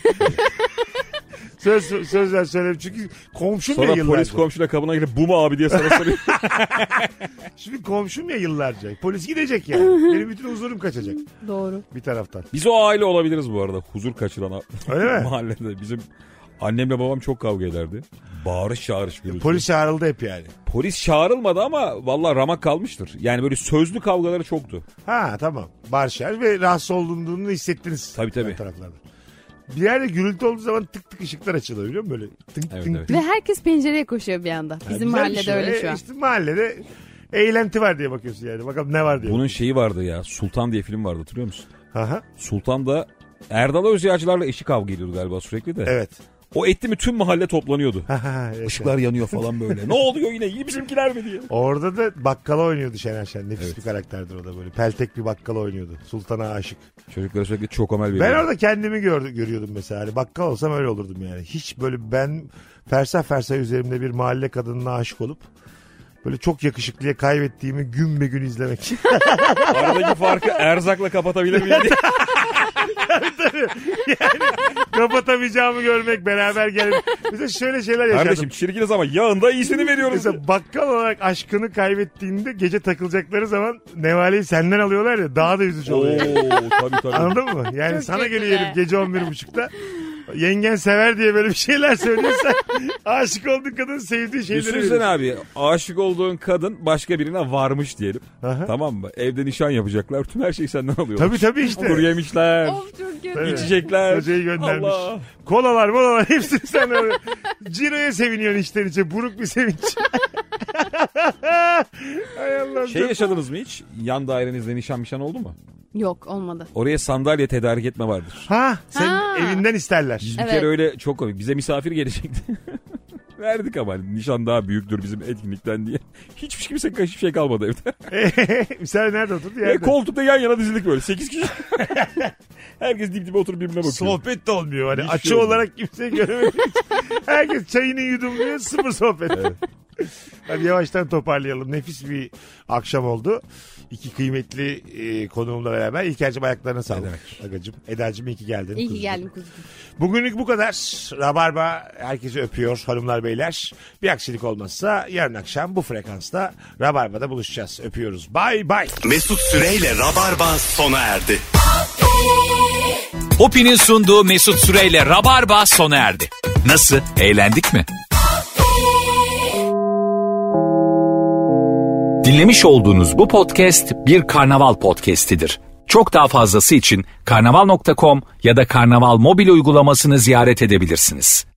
söz, söz ver söylerim çünkü komşum Sonra ya yıllarca. polis komşuyla kabına girip bu mu abi diye sana soruyor. Şimdi komşum ya yıllarca. Polis gidecek yani. Benim bütün huzurum kaçacak Doğru. bir taraftan. Biz o aile olabiliriz bu arada. Huzur kaçıran Öyle mi? mahallede. Bizim annemle babam çok kavga ederdi. Bağırış çağırış gürültü. Polis çağrıldı hep yani. Polis çağrılmadı ama vallahi ramak kalmıştır. Yani böyle sözlü kavgaları çoktu. Ha tamam. Barşer ve rahatsız olduğunu hissettiniz. Tabii, tabii. ön taraflarda. Bir yerde gürültü olduğu zaman tık tık ışıklar açılıyor biliyor musun böyle? Tık Evet, tık evet. tık. Ve herkes pencereye koşuyor bir anda. Ha, Bizim güzel bir mahallede şey. öyle E, şu an. İşte mahallede eğlenti var diye bakıyorsun yani. Bakalım ne var diye. Bunun şeyi vardı ya. Sultan diye film vardı hatırlıyor musun? Aha. Sultan da Erdal Özyağcılarla eşi kavga ediyordu galiba sürekli de. Evet. O etti mi tüm mahalle toplanıyordu. Evet. Işıklar yanıyor falan böyle. Ne oluyor yine? İyi bizimkiler mi diye. Orada da bakkala oynuyordu Şener Şen. Nefis Evet. bir karakterdir o da böyle. Peltek bir bakkala oynuyordu. Sultan'a aşık. Çocuklara sürekli çok amel Ben veriyordu. orada kendimi gördü, görüyordum mesela. Hani bakkal olsam öyle olurdum yani. Hiç böyle ben fersah fersah üzerimde bir mahalle kadınına aşık olup böyle çok yakışıklıya kaybettiğimi gün be gün izlemek. Aradaki farkı erzakla kapatabilir miyim diye. Kapatamayacağımı görmek, beraber gelip. Mesela şöyle şeyler yaşadım. Kardeşim çirkiniz ama yağında iyisini veriyoruz. Mesela bakkal olarak aşkını kaybettiğinde gece takılacakları zaman nevaleyi senden alıyorlar ya daha da üzücü Oo oluyor. tabii tabii. Anladın mı? Yani Çok sana kötü geliyor be. herif gece on bir buçukta. Yengen sever diye böyle bir şeyler söylüyorsan aşık olduğun kadın sevdiği şeyleri Düşünsene veriyorsun. abi aşık olduğun kadın başka birine varmış diyelim. Aha. Tamam mı? Evde nişan yapacaklar. Tüm her şeyi senden alıyorlar. Tabii tabii işte. Kuru yemişler. Of çok kötü. Evet. İçecekler. Kocayı göndermiş. Allah. Kolalar molalar hepsini sen öyle. Ciro'ya seviniyorsun içten içe. Buruk bir sevinç. Hay Allah'ım. Şey yaşadınız mı hiç? Yan dairenizde nişan mişan oldu mu? Yok olmadı. Oraya sandalye tedarik etme vardır. Ha sen Ha. evinden isterler. Biz bir Evet. kere öyle çok komik. Bize misafir gelecekti. Verdik ama hani nişan daha büyüktür bizim etkinlikten diye. Hiçbir kimse hiçbir şey kalmadı evde. Misal nerede oturdu? E, Yerde. koltukta yan yana dizildik böyle. Sekiz kişi. Herkes dip dibe oturup birbirine bakıyor. Sohbet de olmuyor. Hani Hiçbir açı şey olmuyor. olarak kimseyi göremedik. Herkes çayını yudumluyor. Sıfır sohbet. Hadi yavaştan toparlayalım. Nefis bir akşam oldu. İki kıymetli e, konuğumla beraber. İlker'cim ayaklarına sağlık. Agacım. Eda'cım iyi ki geldin. İyi ki kuzucuğum. geldin kuzucuğum. Bugünlük bu kadar. Rabarba herkesi öpüyor hanımlar beyler. Bir aksilik olmazsa yarın akşam bu frekansta Rabarba'da buluşacağız. Öpüyoruz. Bay bay. Mesut Süreyle Rabarba sona erdi. Hopi'nin sunduğu Mesut Süreyle Rabarba sona erdi. Nasıl? Eğlendik mi? Dinlemiş olduğunuz bu podcast bir karnaval podcastidir. Çok daha fazlası için karnaval nokta com ya da karnaval mobil uygulamasını ziyaret edebilirsiniz.